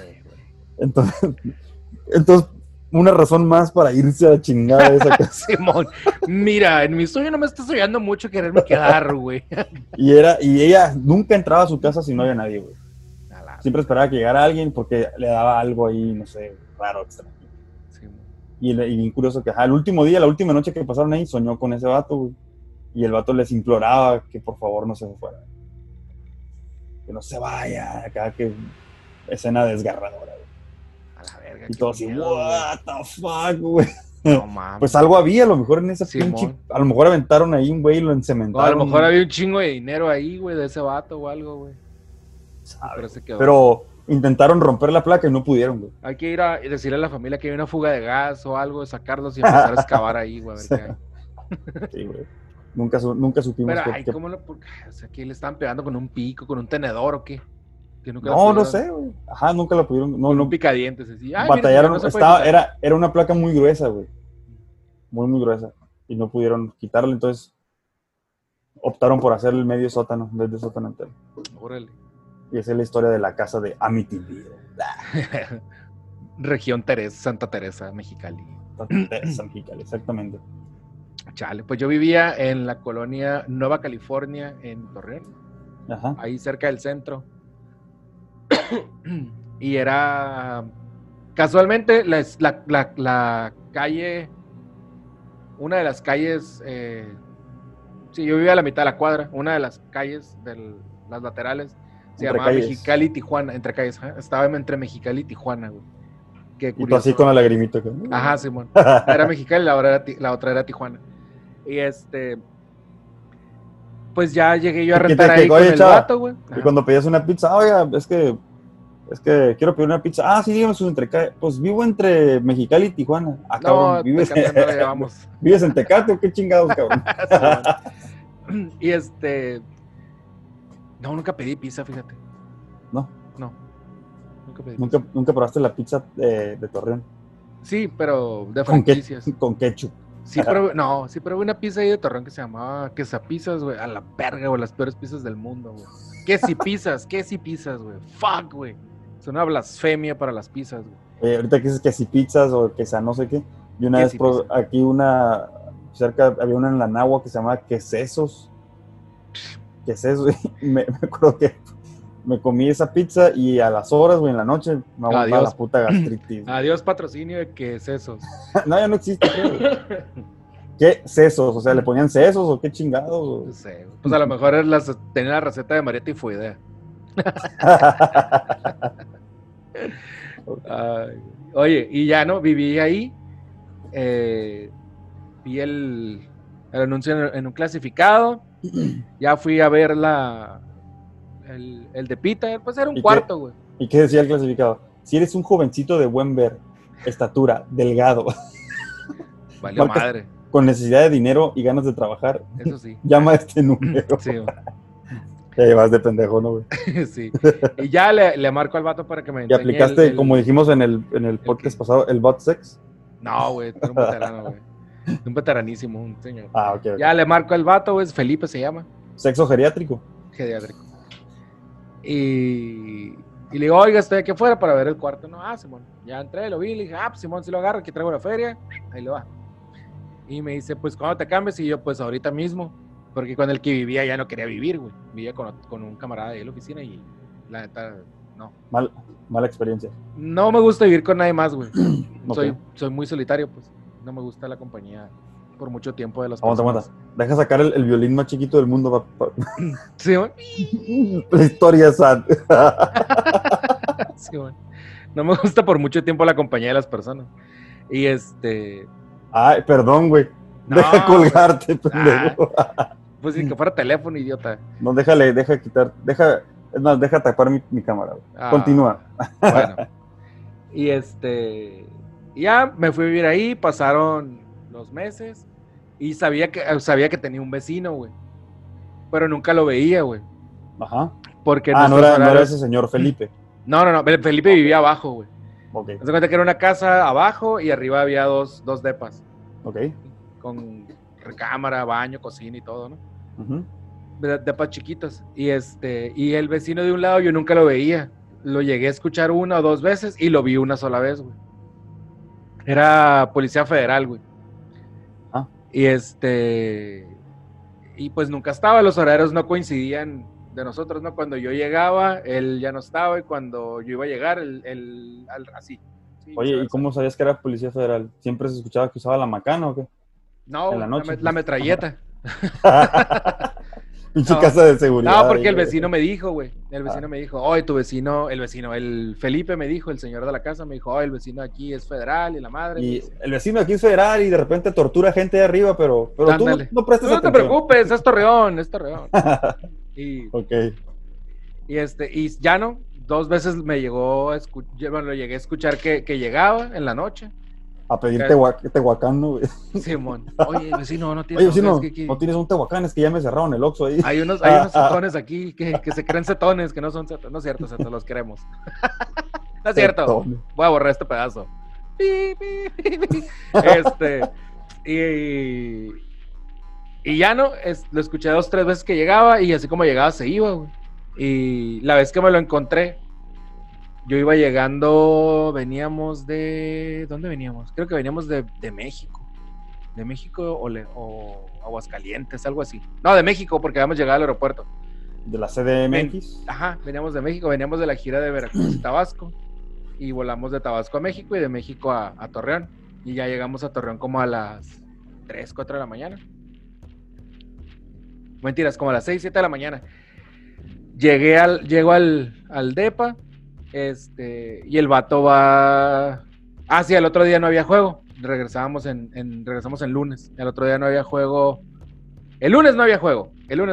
entonces, una razón más para irse a la chingada de esa casa. Simón, mira, en mi sueño no me está soñando mucho quererme quedar, güey. Y ella nunca entraba a su casa si no había nadie, güey. Siempre esperaba que llegara alguien porque le daba algo ahí, no sé, raro, extraño. Sí. Y bien curioso que, la última noche que pasaron ahí, soñó con ese vato, güey. Y el vato les imploraba que por favor no se fueran. Que no se vaya, acá que escena desgarradora, güey. A la verga. Y todo así, what the fuck, güey. No mames. Pues algo había, a lo mejor en esa pinche. A lo mejor aventaron ahí un güey y lo encementaron. A lo mejor había un chingo de dinero ahí, güey, de ese vato o algo, güey. Pero intentaron romper la placa y no pudieron, güey. Hay que ir a decirle a la familia que hay una fuga de gas o algo, sacarlos y empezar a excavar ahí, güey, a ver qué hay. Sí, güey. Nunca supimos. Pero, ¿cómo o sea, ¿qué le estaban pegando con un pico, con un tenedor o qué? No sé, güey. Ajá, nunca lo pudieron. No, un picadientes, así. Batallaron, era una placa muy gruesa, güey. Muy gruesa. Y no pudieron quitarla, entonces optaron por hacer el medio sótano en vez de sótano entero. Órale. Y esa es la historia de la casa de Amityville. Región Santa Teresa, Mexicali. Santa Teresa, Mexicali, exactamente. Chale, pues yo vivía en la colonia Nueva California, en Torreón. Ajá. Ahí cerca del centro. Y era casualmente la calle, una de las calles, sí, yo vivía a la mitad de la cuadra, una de las calles de las laterales se llamaba Mexicali y Tijuana, entre calles, estaba entre Mexicali y Tijuana, güey. Qué curioso. Y tú así con la lagrimita. Ajá, Simón. Era Mexicali y la otra era Tijuana. Y pues ya llegué yo a rentar ahí con el vato, güey. Y cuando pedías una pizza, oiga, es que quiero pedir una pizza. Ah, sí, dígame sus pues vivo entre Mexicali y Tijuana. Ah, cabrón, ¿vives en Tecate o qué chingados, cabrón? Y no, nunca pedí pizza, fíjate. No. Nunca pedí pizza. ¿Nunca probaste la pizza de Torreón? Sí, pero de franquicias. Con ketchup. Sí, probé una pizza ahí de Torreón que se llamaba Quesapizzas, güey. A la verga, güey, las peores pizzas del mundo, güey. Quesipizzas, güey. Fuck, güey. Es una blasfemia para las pizzas, güey. Ahorita que dices quesipizzas o quesa no sé qué. Y una vez aquí había una en la Nahua que se llamaba Quesesos. Quesesos, me acuerdo que me comí esa pizza y a las horas, güey, en la noche, me aguantaba la puta gastritis. Adiós, patrocinio de Quesesos. No, ya no existe, creo. ¿Qué sesos? O sea, ¿le ponían sesos o qué chingados? No sé. Pues a lo mejor tenía la receta de María Tifoidea. Oye, y ya no, viví ahí. Vi el anuncio en un clasificado. Ya fui a ver el de Peter. Pues era un cuarto, güey. ¿Y qué decía el clasificado? Si eres un jovencito de buen ver, estatura, delgado, Valió madre. con necesidad de dinero y ganas de trabajar, Eso sí. llama a este número. Sí, güey. Te vas de pendejo, ¿no, güey? Sí. Y ya le marco al vato para que me ¿Y enseñe aplicaste, como dijimos en el podcast pasado, el bot sex? No, güey, tú eres un veterano, güey. Un veteranísimo, un señor. Ok. Ya le marco al vato, güey, Felipe se llama. ¿Sexo geriátrico? Geriátrico. Y le digo, oiga, estoy aquí afuera para ver el cuarto. No, Simón. Ya entré, lo vi, le dije, pues Simón, si lo agarro, aquí traigo la feria. Ahí lo va. Y me dice, pues, ¿cuándo te cambias? Y yo, pues, ahorita mismo. Porque con el que vivía ya no quería vivir, güey. Vivía con un camarada de la oficina y la neta, no. Mala experiencia. No me gusta vivir con nadie más, güey. Okay. Soy muy solitario, pues. No me gusta la compañía por mucho tiempo de las Aguanta. Deja sacar el violín más chiquito del mundo. Sí, güey. La historia sad. Sí, güey. No me gusta por mucho tiempo la compañía de las personas. Y Ay, perdón, güey. No, deja colgarte, pendejo. Pues sí, que fuera teléfono, idiota. No, deja quitar. Es más, deja tapar mi cámara, güey. Continúa. Bueno. Y ya me fui a vivir ahí, pasaron los meses. Y sabía que tenía un vecino, güey. Pero nunca lo veía, güey. Ajá. Porque no era ese señor Felipe. No. Felipe vivía abajo, güey. Ok. Haz de cuenta que era una casa abajo y arriba había dos depas. Ok. Con recámara, baño, cocina y todo, ¿no? Uh-huh. Depas chiquitos. Y el vecino de un lado yo nunca lo veía. Lo llegué a escuchar una o dos veces y lo vi una sola vez, güey. Era policía federal, güey. Ah. Y pues nunca estaba, los horarios no coincidían de nosotros, ¿no? Cuando yo llegaba, él ya no estaba, y cuando yo iba a llegar, así. Sí, oye, ¿y cómo sabías que era policía federal? ¿Siempre se escuchaba que usaba la macana o qué? No, en la noche. La metralleta. Pinche casa de seguridad. No, porque el vecino me dijo, güey. El vecino me dijo, oye, el Felipe me dijo, el señor de la casa me dijo, oye, el vecino aquí es federal y la madre. Y el vecino aquí es federal y de repente tortura gente de arriba, pero tú no prestas atención. No te preocupes, es Torreón. Ok. Y ya no, 2 veces me llegó, lo llegué a escuchar que llegaba en la noche. A pedir tehuacán, ¿no, güey? Simón. Oye, vecino, no tienes... Oye, vecino, no tienes un tehuacán, es que ya me cerraron el Oxxo ahí. Hay unos cetones aquí que se creen cetones, que no son cetones. No es cierto, cetos, los queremos. No es cierto. Cetones. Voy a borrar este pedazo. Y ya no, lo escuché 2, 3 veces que llegaba y así como llegaba se iba, güey. Y la vez que me lo encontré, yo iba llegando, ¿dónde veníamos? Creo que veníamos de México. De México o Aguascalientes, algo así. No, de México, porque habíamos llegado al aeropuerto. ¿De la CDMX? Ajá, veníamos de México, veníamos de la gira de Veracruz y Tabasco. Y volamos de Tabasco a México y de México a Torreón. Y ya llegamos a Torreón como a las 3, 4 de la mañana. Mentiras, como a las 6, 7 de la mañana. Llego al depa. Y el vato va... Ah, sí, el otro día no había juego. Regresamos el lunes. El otro día no había juego. El lunes no había juego.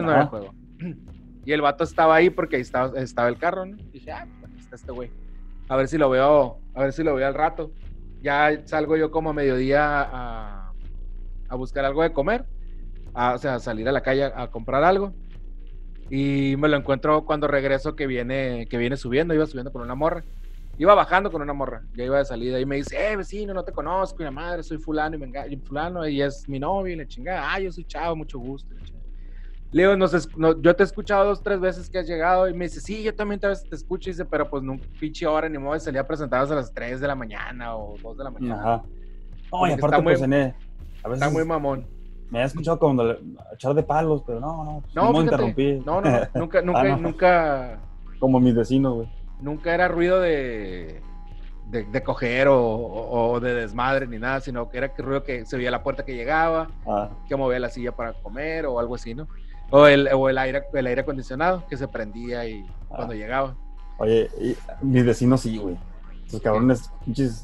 Y el vato estaba ahí porque ahí estaba el carro, ¿no? Y dije, bueno, está este güey. A ver si lo veo al rato. Ya salgo yo como a mediodía a buscar algo de comer. O sea, a salir a la calle a comprar algo. Y me lo encuentro cuando regreso que viene subiendo. Iba subiendo con una morra. Iba bajando con una morra. Ya iba de salida. Y me dice, vecino, no te conozco. Y la madre, soy fulano. Y fulano. Y es mi novio. Y la chingada. Yo soy Chavo, mucho gusto. Le digo, yo te he escuchado 2, 3 veces que has llegado. Y me dice, sí, yo también a veces te escucho. Y dice, pero pues nunca pinche hora ni modo de salir a presentarnos a las 3 de la mañana o 2 de la mañana. Ajá. No, y aparte, pues, a veces está muy mamón. Me había escuchado como echar de palos, pero no fíjate, interrumpí. No, nunca. Como mis vecinos, güey. Nunca era ruido de coger o de desmadre ni nada, sino que era ruido que se veía la puerta que llegaba, que movía la silla para comer o algo así, ¿no? O el aire acondicionado que se prendía y cuando llegaba. Oye, mis vecinos sí, güey. Esos cabrones, pinches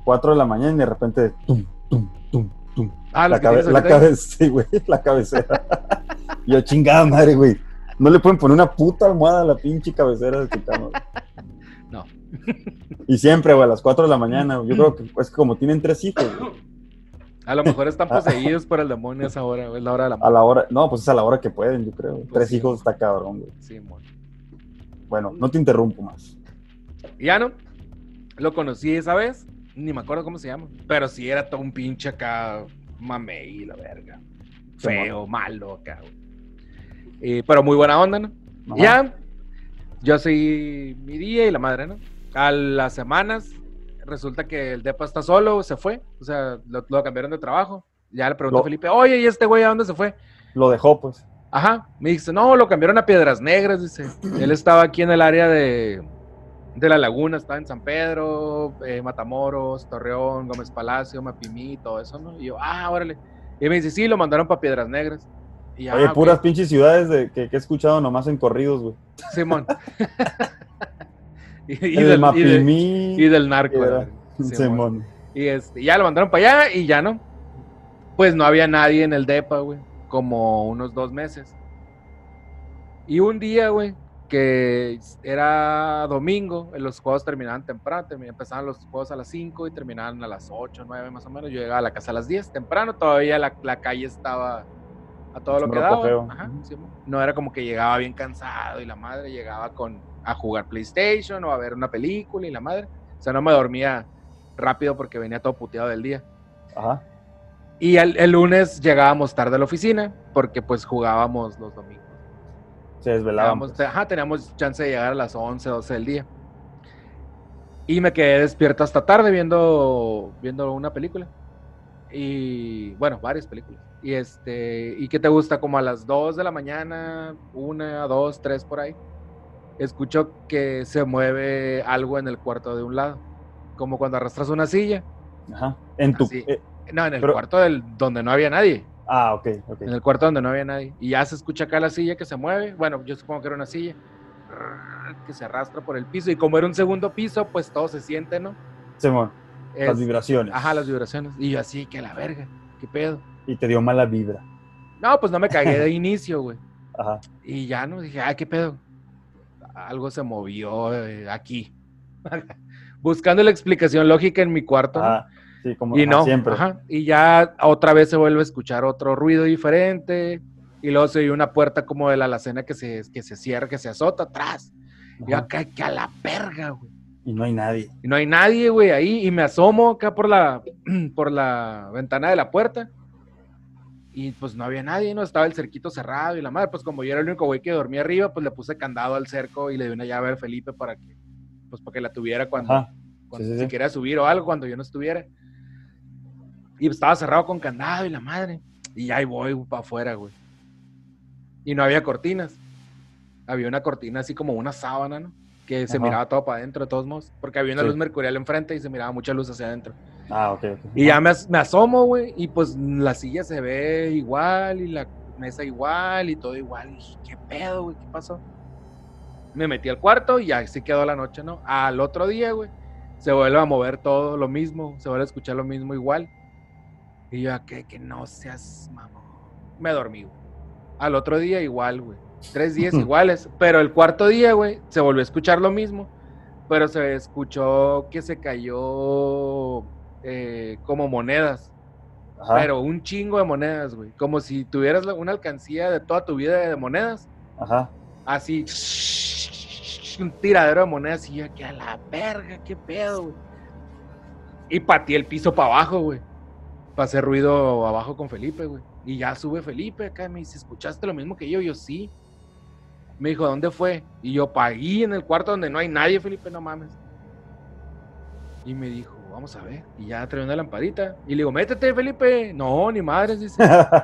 4 de la mañana y de repente, tum, tum, tum, tum. Ah, La cabecera, sí, güey, la cabecera. Y yo, chingada madre, güey. No le pueden poner una puta almohada a la pinche cabecera de tu cama, güey. No. Y siempre, güey, a las 4 de la mañana, güey. Yo creo que es que como tienen 3 hijos, güey. A lo mejor están poseídos por el demonio a esa hora, güey. Es la hora de la A la hora, no, pues es a la hora que pueden, yo creo. Pues 3 sí, hijos está cabrón, güey. Sí, mon. Bueno, no te interrumpo más. Y ya no. Lo conocí esa vez. Ni me acuerdo cómo se llama. Pero sí era todo un pinche acá. Mamey, la verga. Feo, malo acá, güey. Pero muy buena onda, ¿no? Ajá. Ya. Yo seguí mi día y la madre, ¿no? A las semanas. Resulta que el depa está solo, se fue. O sea, lo cambiaron de trabajo. Ya le preguntó a Felipe, oye, ¿y este güey a dónde se fue? Lo dejó, pues. Ajá, me dice, no, lo cambiaron a Piedras Negras, dice. Él estaba aquí en el área de la Laguna, estaba en San Pedro, Matamoros, Torreón, Gómez Palacio, Mapimí, todo eso, ¿no? Y yo, órale. Y me dice, sí, lo mandaron para Piedras Negras. Y ya, Oye, puras pinches ciudades que he escuchado nomás en corridos, güey. Simón. y El Mapimí. y del narco. Simón. Y ya lo mandaron para allá y ya no. Pues no había nadie en el depa, güey. Como unos 2 meses. Y un día, güey, que era domingo, los juegos terminaban temprano, empezaban los juegos a las 5 y terminaban a las 8, 9 más o menos. Yo llegaba a la casa a las 10, temprano, todavía la calle estaba a todo lo que daba. Ajá, sí, no era como que llegaba bien cansado y la madre llegaba a jugar PlayStation o a ver una película y la madre. O sea, no me dormía rápido porque venía todo puteado del día. Ajá. Y el lunes llegábamos tarde a la oficina porque pues jugábamos los domingos. Se desvelábamos. Teníamos chance de llegar a las 11, 12 del día. Y me quedé despierto hasta tarde viendo una película. Y bueno, varias películas. ¿Y qué te gusta? Como a las 2 de la mañana, 1, 2, 3 por ahí. Escucho que se mueve algo en el cuarto de un lado. Como cuando arrastras una silla. Ajá. No, en el cuarto donde no había nadie. Ah, ok. En el cuarto donde no había nadie. Y ya se escucha acá la silla que se mueve. Bueno, yo supongo que era una silla. Que se arrastra por el piso. Y como era un segundo piso, pues todo se siente, ¿no? Simón. Las vibraciones. Ajá, las vibraciones. Y yo así, que la verga. ¿Qué pedo? Y te dio mala vibra. No, pues no me cagué de inicio, güey. Ajá. Y ya, ¿no? Dije, ¿qué pedo? Algo se movió aquí. Buscando la explicación lógica en mi cuarto, ¿no? Sí, como y no, siempre. Ajá. Y ya otra vez se vuelve a escuchar otro ruido diferente. Y luego se oye una puerta como de la alacena que se cierra, que se azota atrás. Ajá. Y acá, que a la verga, güey. Y no hay nadie. Y no hay nadie, güey, ahí. Y me asomo acá por la ventana de la puerta. Y pues no había nadie, ¿no? Estaba el cerquito cerrado y la madre, pues como yo era el único güey que dormía arriba, pues le puse candado al cerco y le di una llave a Felipe para que la tuviera cuando sí. si quería subir o algo, cuando yo no estuviera. Y estaba cerrado con candado y la madre. Y ahí voy para afuera, güey. Y no había cortinas. Había una cortina así como una sábana, ¿no? Que se miraba todo para adentro de todos modos. Porque había una luz mercurial enfrente y se miraba mucha luz hacia adentro. Ah, ok. Y ya me asomo, güey. Y pues la silla se ve igual y la mesa igual y todo igual. Y dije, ¿qué pedo, güey? ¿Qué pasó? Me metí al cuarto y así quedó la noche, ¿no? Al otro día, güey, se vuelve a mover todo lo mismo. Se vuelve a escuchar lo mismo igual. Y yo, que no seas mamón. Me dormí, güey. Al otro día igual, güey. 3 días iguales. Pero el cuarto día, güey, se volvió a escuchar lo mismo. Pero se escuchó que se cayó como monedas. Ajá. Pero un chingo de monedas, güey. Como si tuvieras una alcancía de toda tu vida de monedas. Ajá. Así. Un tiradero de monedas. Y yo, que a la verga, qué pedo, güey. Y pateé el piso para abajo, güey. Para hacer ruido abajo con Felipe, güey. Y ya sube Felipe acá y me dice, ¿escuchaste lo mismo que yo? Yo, sí. Me dijo, ¿dónde fue? Y yo, ahí en el cuarto donde no hay nadie, Felipe, no mames. Y me dijo, vamos a ver. Y ya trae una lamparita. Y le digo, métete, Felipe. No, ni madres, dice.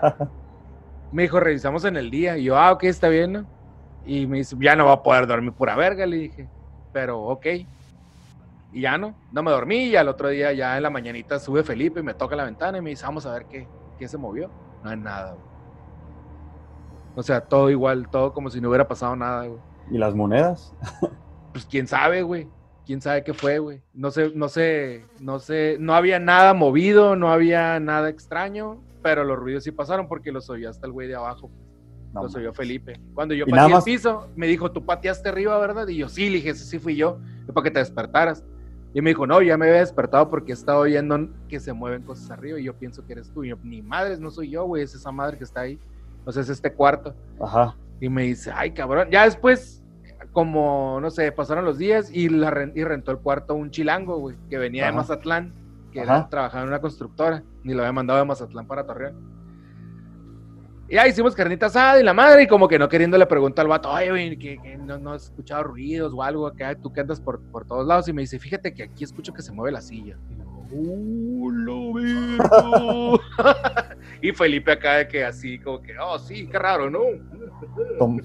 Me dijo, revisamos en el día. Y yo, ok, está bien, ¿no? Y me dice, ya no va a poder dormir pura verga, le dije. Pero, ok. Y ya no me dormí. Y al otro día, ya en la mañanita, sube Felipe y me toca la ventana y me dice, vamos a ver qué se movió. No hay nada, güey. O sea, todo igual, todo como si no hubiera pasado nada, güey. ¿Y las monedas? Pues quién sabe, güey. quién sabe qué fue, güey. No sé, no había nada movido, no había nada extraño, pero los ruidos sí pasaron porque los oyó hasta el güey de abajo. No, Los oyó Felipe. Cuando yo Y pateé nada el más- piso, me dijo, tú pateaste arriba, ¿verdad? Y yo, sí, le dije, sí fui yo, para que te despertaras. Y me dijo, no, ya me había despertado porque he estado oyendo que se mueven cosas arriba y yo pienso que eres tú. Y yo, ni madres, no soy yo, güey, es esa madre que está ahí. O sea, es este cuarto. Ajá. Y me dice, ay, cabrón. Ya después, como, no sé, pasaron los días y rentó el cuarto un chilango, güey, que venía de Ajá. Mazatlán, que Ajá. trabajaba en una constructora, ni lo había mandado de Mazatlán para Torreón. Y ya hicimos carnita asada y la madre, y como que no queriendo le pregunto al vato, oye, güey, que no has escuchado ruidos o algo acá, tú que andas por todos lados, y me dice, fíjate que aquí escucho que se mueve la silla. Y yo, lo veo. Y Felipe acá de que así, como que, oh, sí, qué raro, ¿no? Tom-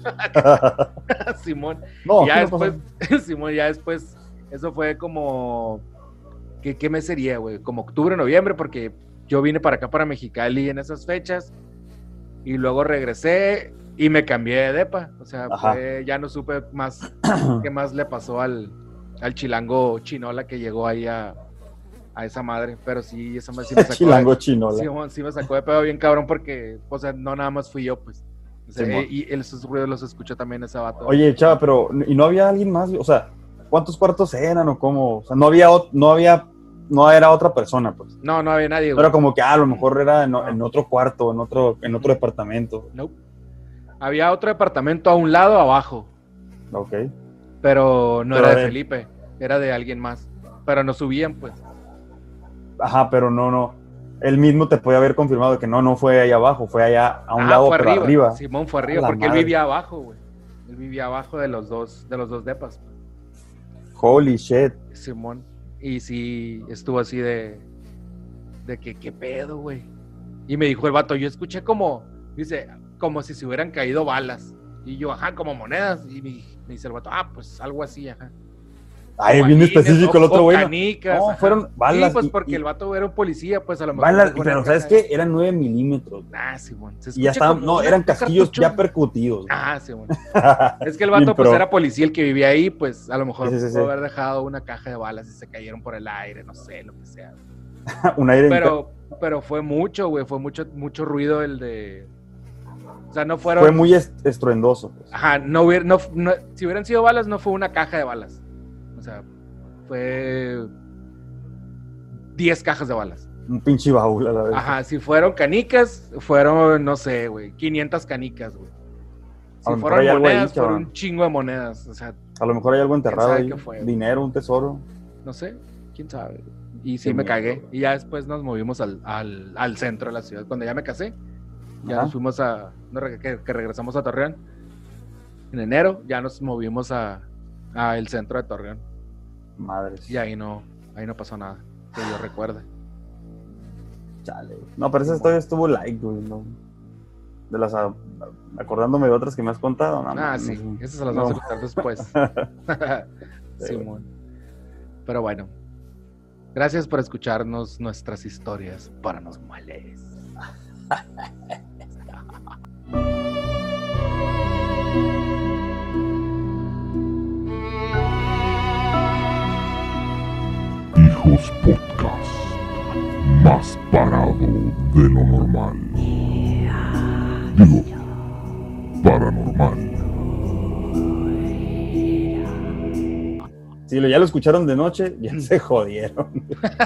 Simón. No, Y ya aquí no pasa después, Simón, ya después, eso fue como, ¿qué mes sería, güey? Como octubre, noviembre, porque yo vine para acá, para Mexicali en esas fechas, y luego regresé y me cambié de depa. O sea, Ajá. ya no supe más qué más le pasó al chilango chinola que llegó ahí a esa madre, pero sí, esa madre sí me sacó Chilango de, chinola. sí me sacó de pedo bien cabrón porque, o sea, no nada más fui yo, pues. O sea, Simón. y esos ruidos los escuchó también ese vato. Oye, chava, pero ¿y no había alguien más? O sea, ¿cuántos cuartos eran o cómo? O sea, no era otra persona, pues. No había nadie, No güey. era como que, a lo mejor era en otro cuarto, en otro departamento. Nope. Había otro departamento a un lado, abajo, Ok. pero no Pero era de de- Felipe, era de alguien más. Pero no subían, pues. Ajá, pero no. Él mismo te puede haber confirmado que no fue ahí abajo, fue allá a un Ah, lado, fue pero arriba. Simón fue A arriba, la porque él madre. vivía abajo, güey. Él vivía abajo de los dos depas. Holy shit. Simón. Y sí, estuvo así de que, ¿qué pedo, güey? Y me dijo el vato, yo escuché como, dice, como si se hubieran caído balas. Y yo, ajá, como monedas. Y me dice el vato, pues algo así, ajá. Ay, O bien balines, específico el otro o güey. ¿no? canicas, No, ajá. fueron balas. Sí, pues y- porque y- el vato era un policía, pues a lo mejor. balas, fue una pero ¿sabes caja de- qué? Eran 9 milímetros. Simón. Se Y ya escucha estaban, como no, un eran casquillos cartucho. ya percutidos. Simón. Es que el vato, Bien pues, pro. era policía el que vivía ahí, pues, a lo mejor Sí. pudo haber dejado una caja de balas y se cayeron por el aire, no sé, lo que sea. Un aire Pero fue mucho, güey, fue mucho ruido el de... O sea, no fueron... fue muy estruendoso. Pues. Ajá, si hubieran sido balas, no fue una caja de balas. O sea, fue 10 cajas de balas. Un pinche baúl a la vez. Ajá, si fueron canicas, fueron, no sé, güey, 500 canicas, güey. A Si lo mejor fueron hay algo ahí, monedas, fueron cabrón. un chingo de monedas. O sea, A lo mejor hay algo enterrado sabe ahí. qué fue, güey? Dinero, un tesoro. no sé, quién sabe. Y sí Qué me miedo, cagué. güey. Y ya después nos movimos al centro de la ciudad. Cuando ya me casé, ya Ajá. nos fuimos que regresamos a Torreón. En enero ya nos movimos a el centro de Torreón. Madres. Y ahí no pasó nada, que yo recuerde. Chale. No, pero esa historia estuvo light, güey. ¿No? De las acordándome de otras que me has contado. No, Sí, no. esas se las vamos a contar después. Simón. Pero bueno, gracias por escucharnos nuestras historias paranormales. Hijos Podcast. Más parado de lo normal. Digo, paranormal. Si ya lo escucharon de noche, ya se jodieron.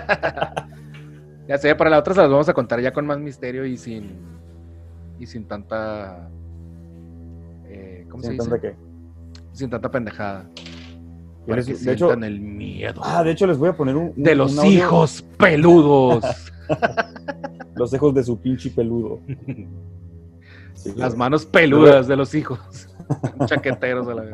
Ya sé, para la otra se las vamos a contar ya con más misterio y sin tanta... ¿cómo se Sin dice? tanta que- Sin tanta pendejada. Yo Para les- que de hecho- sientan el miedo. de hecho les voy a poner De los un audio. hijos peludos. Los hijos de su pinche peludo. Sí, Las güey. manos peludas de los hijos. Chaqueteros a la vez.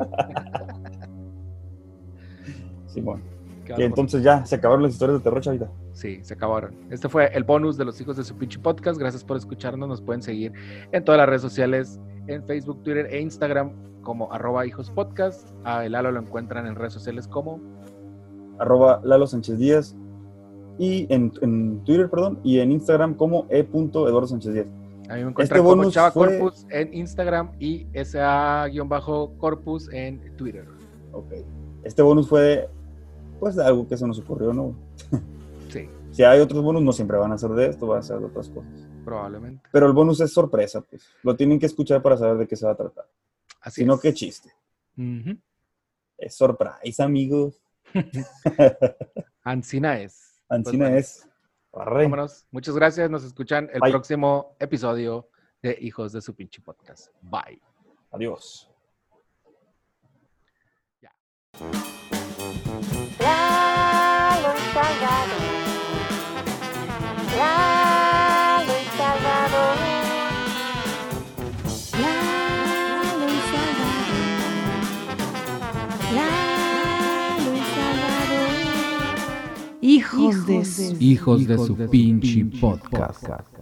Simón. Qué Que bárbaro. entonces ya se acabaron las historias de terror, chavita. Sí, se acabaron. Este fue el bonus de los hijos de su pinche podcast. Gracias por escucharnos. Nos pueden seguir en todas las redes sociales, en Facebook, Twitter e Instagram como @hijospodcast. A el Lalo lo encuentran en redes sociales como @Lalo Sánchez Díaz. Y en Twitter, perdón, y en Instagram como e.Eduardo Sánchez Díaz. a mí me encuentran Este como bonus Chava fue- Corpus en Instagram y SA-Corpus en Twitter. Ok. Este bonus fue pues algo que se nos ocurrió, ¿no? Sí, Si hay otros bonus, no siempre van a ser de esto, van a ser de otras cosas. probablemente. Pero el bonus es sorpresa, pues. Lo tienen que escuchar para saber de qué se va a tratar. Así Si no, es. qué chiste. Ujú. Es surprise, amigos. Ancina es. Ancina bueno, es. Arre. Vámonos. Muchas gracias. Nos escuchan el Bye. próximo episodio de Hijos de su pinche podcast. Bye. Adiós. Lalo y Salvador. Lalo y Salvador. Lalo y Salvador. Lalo y Salvador. Hijos de su pinche podcast.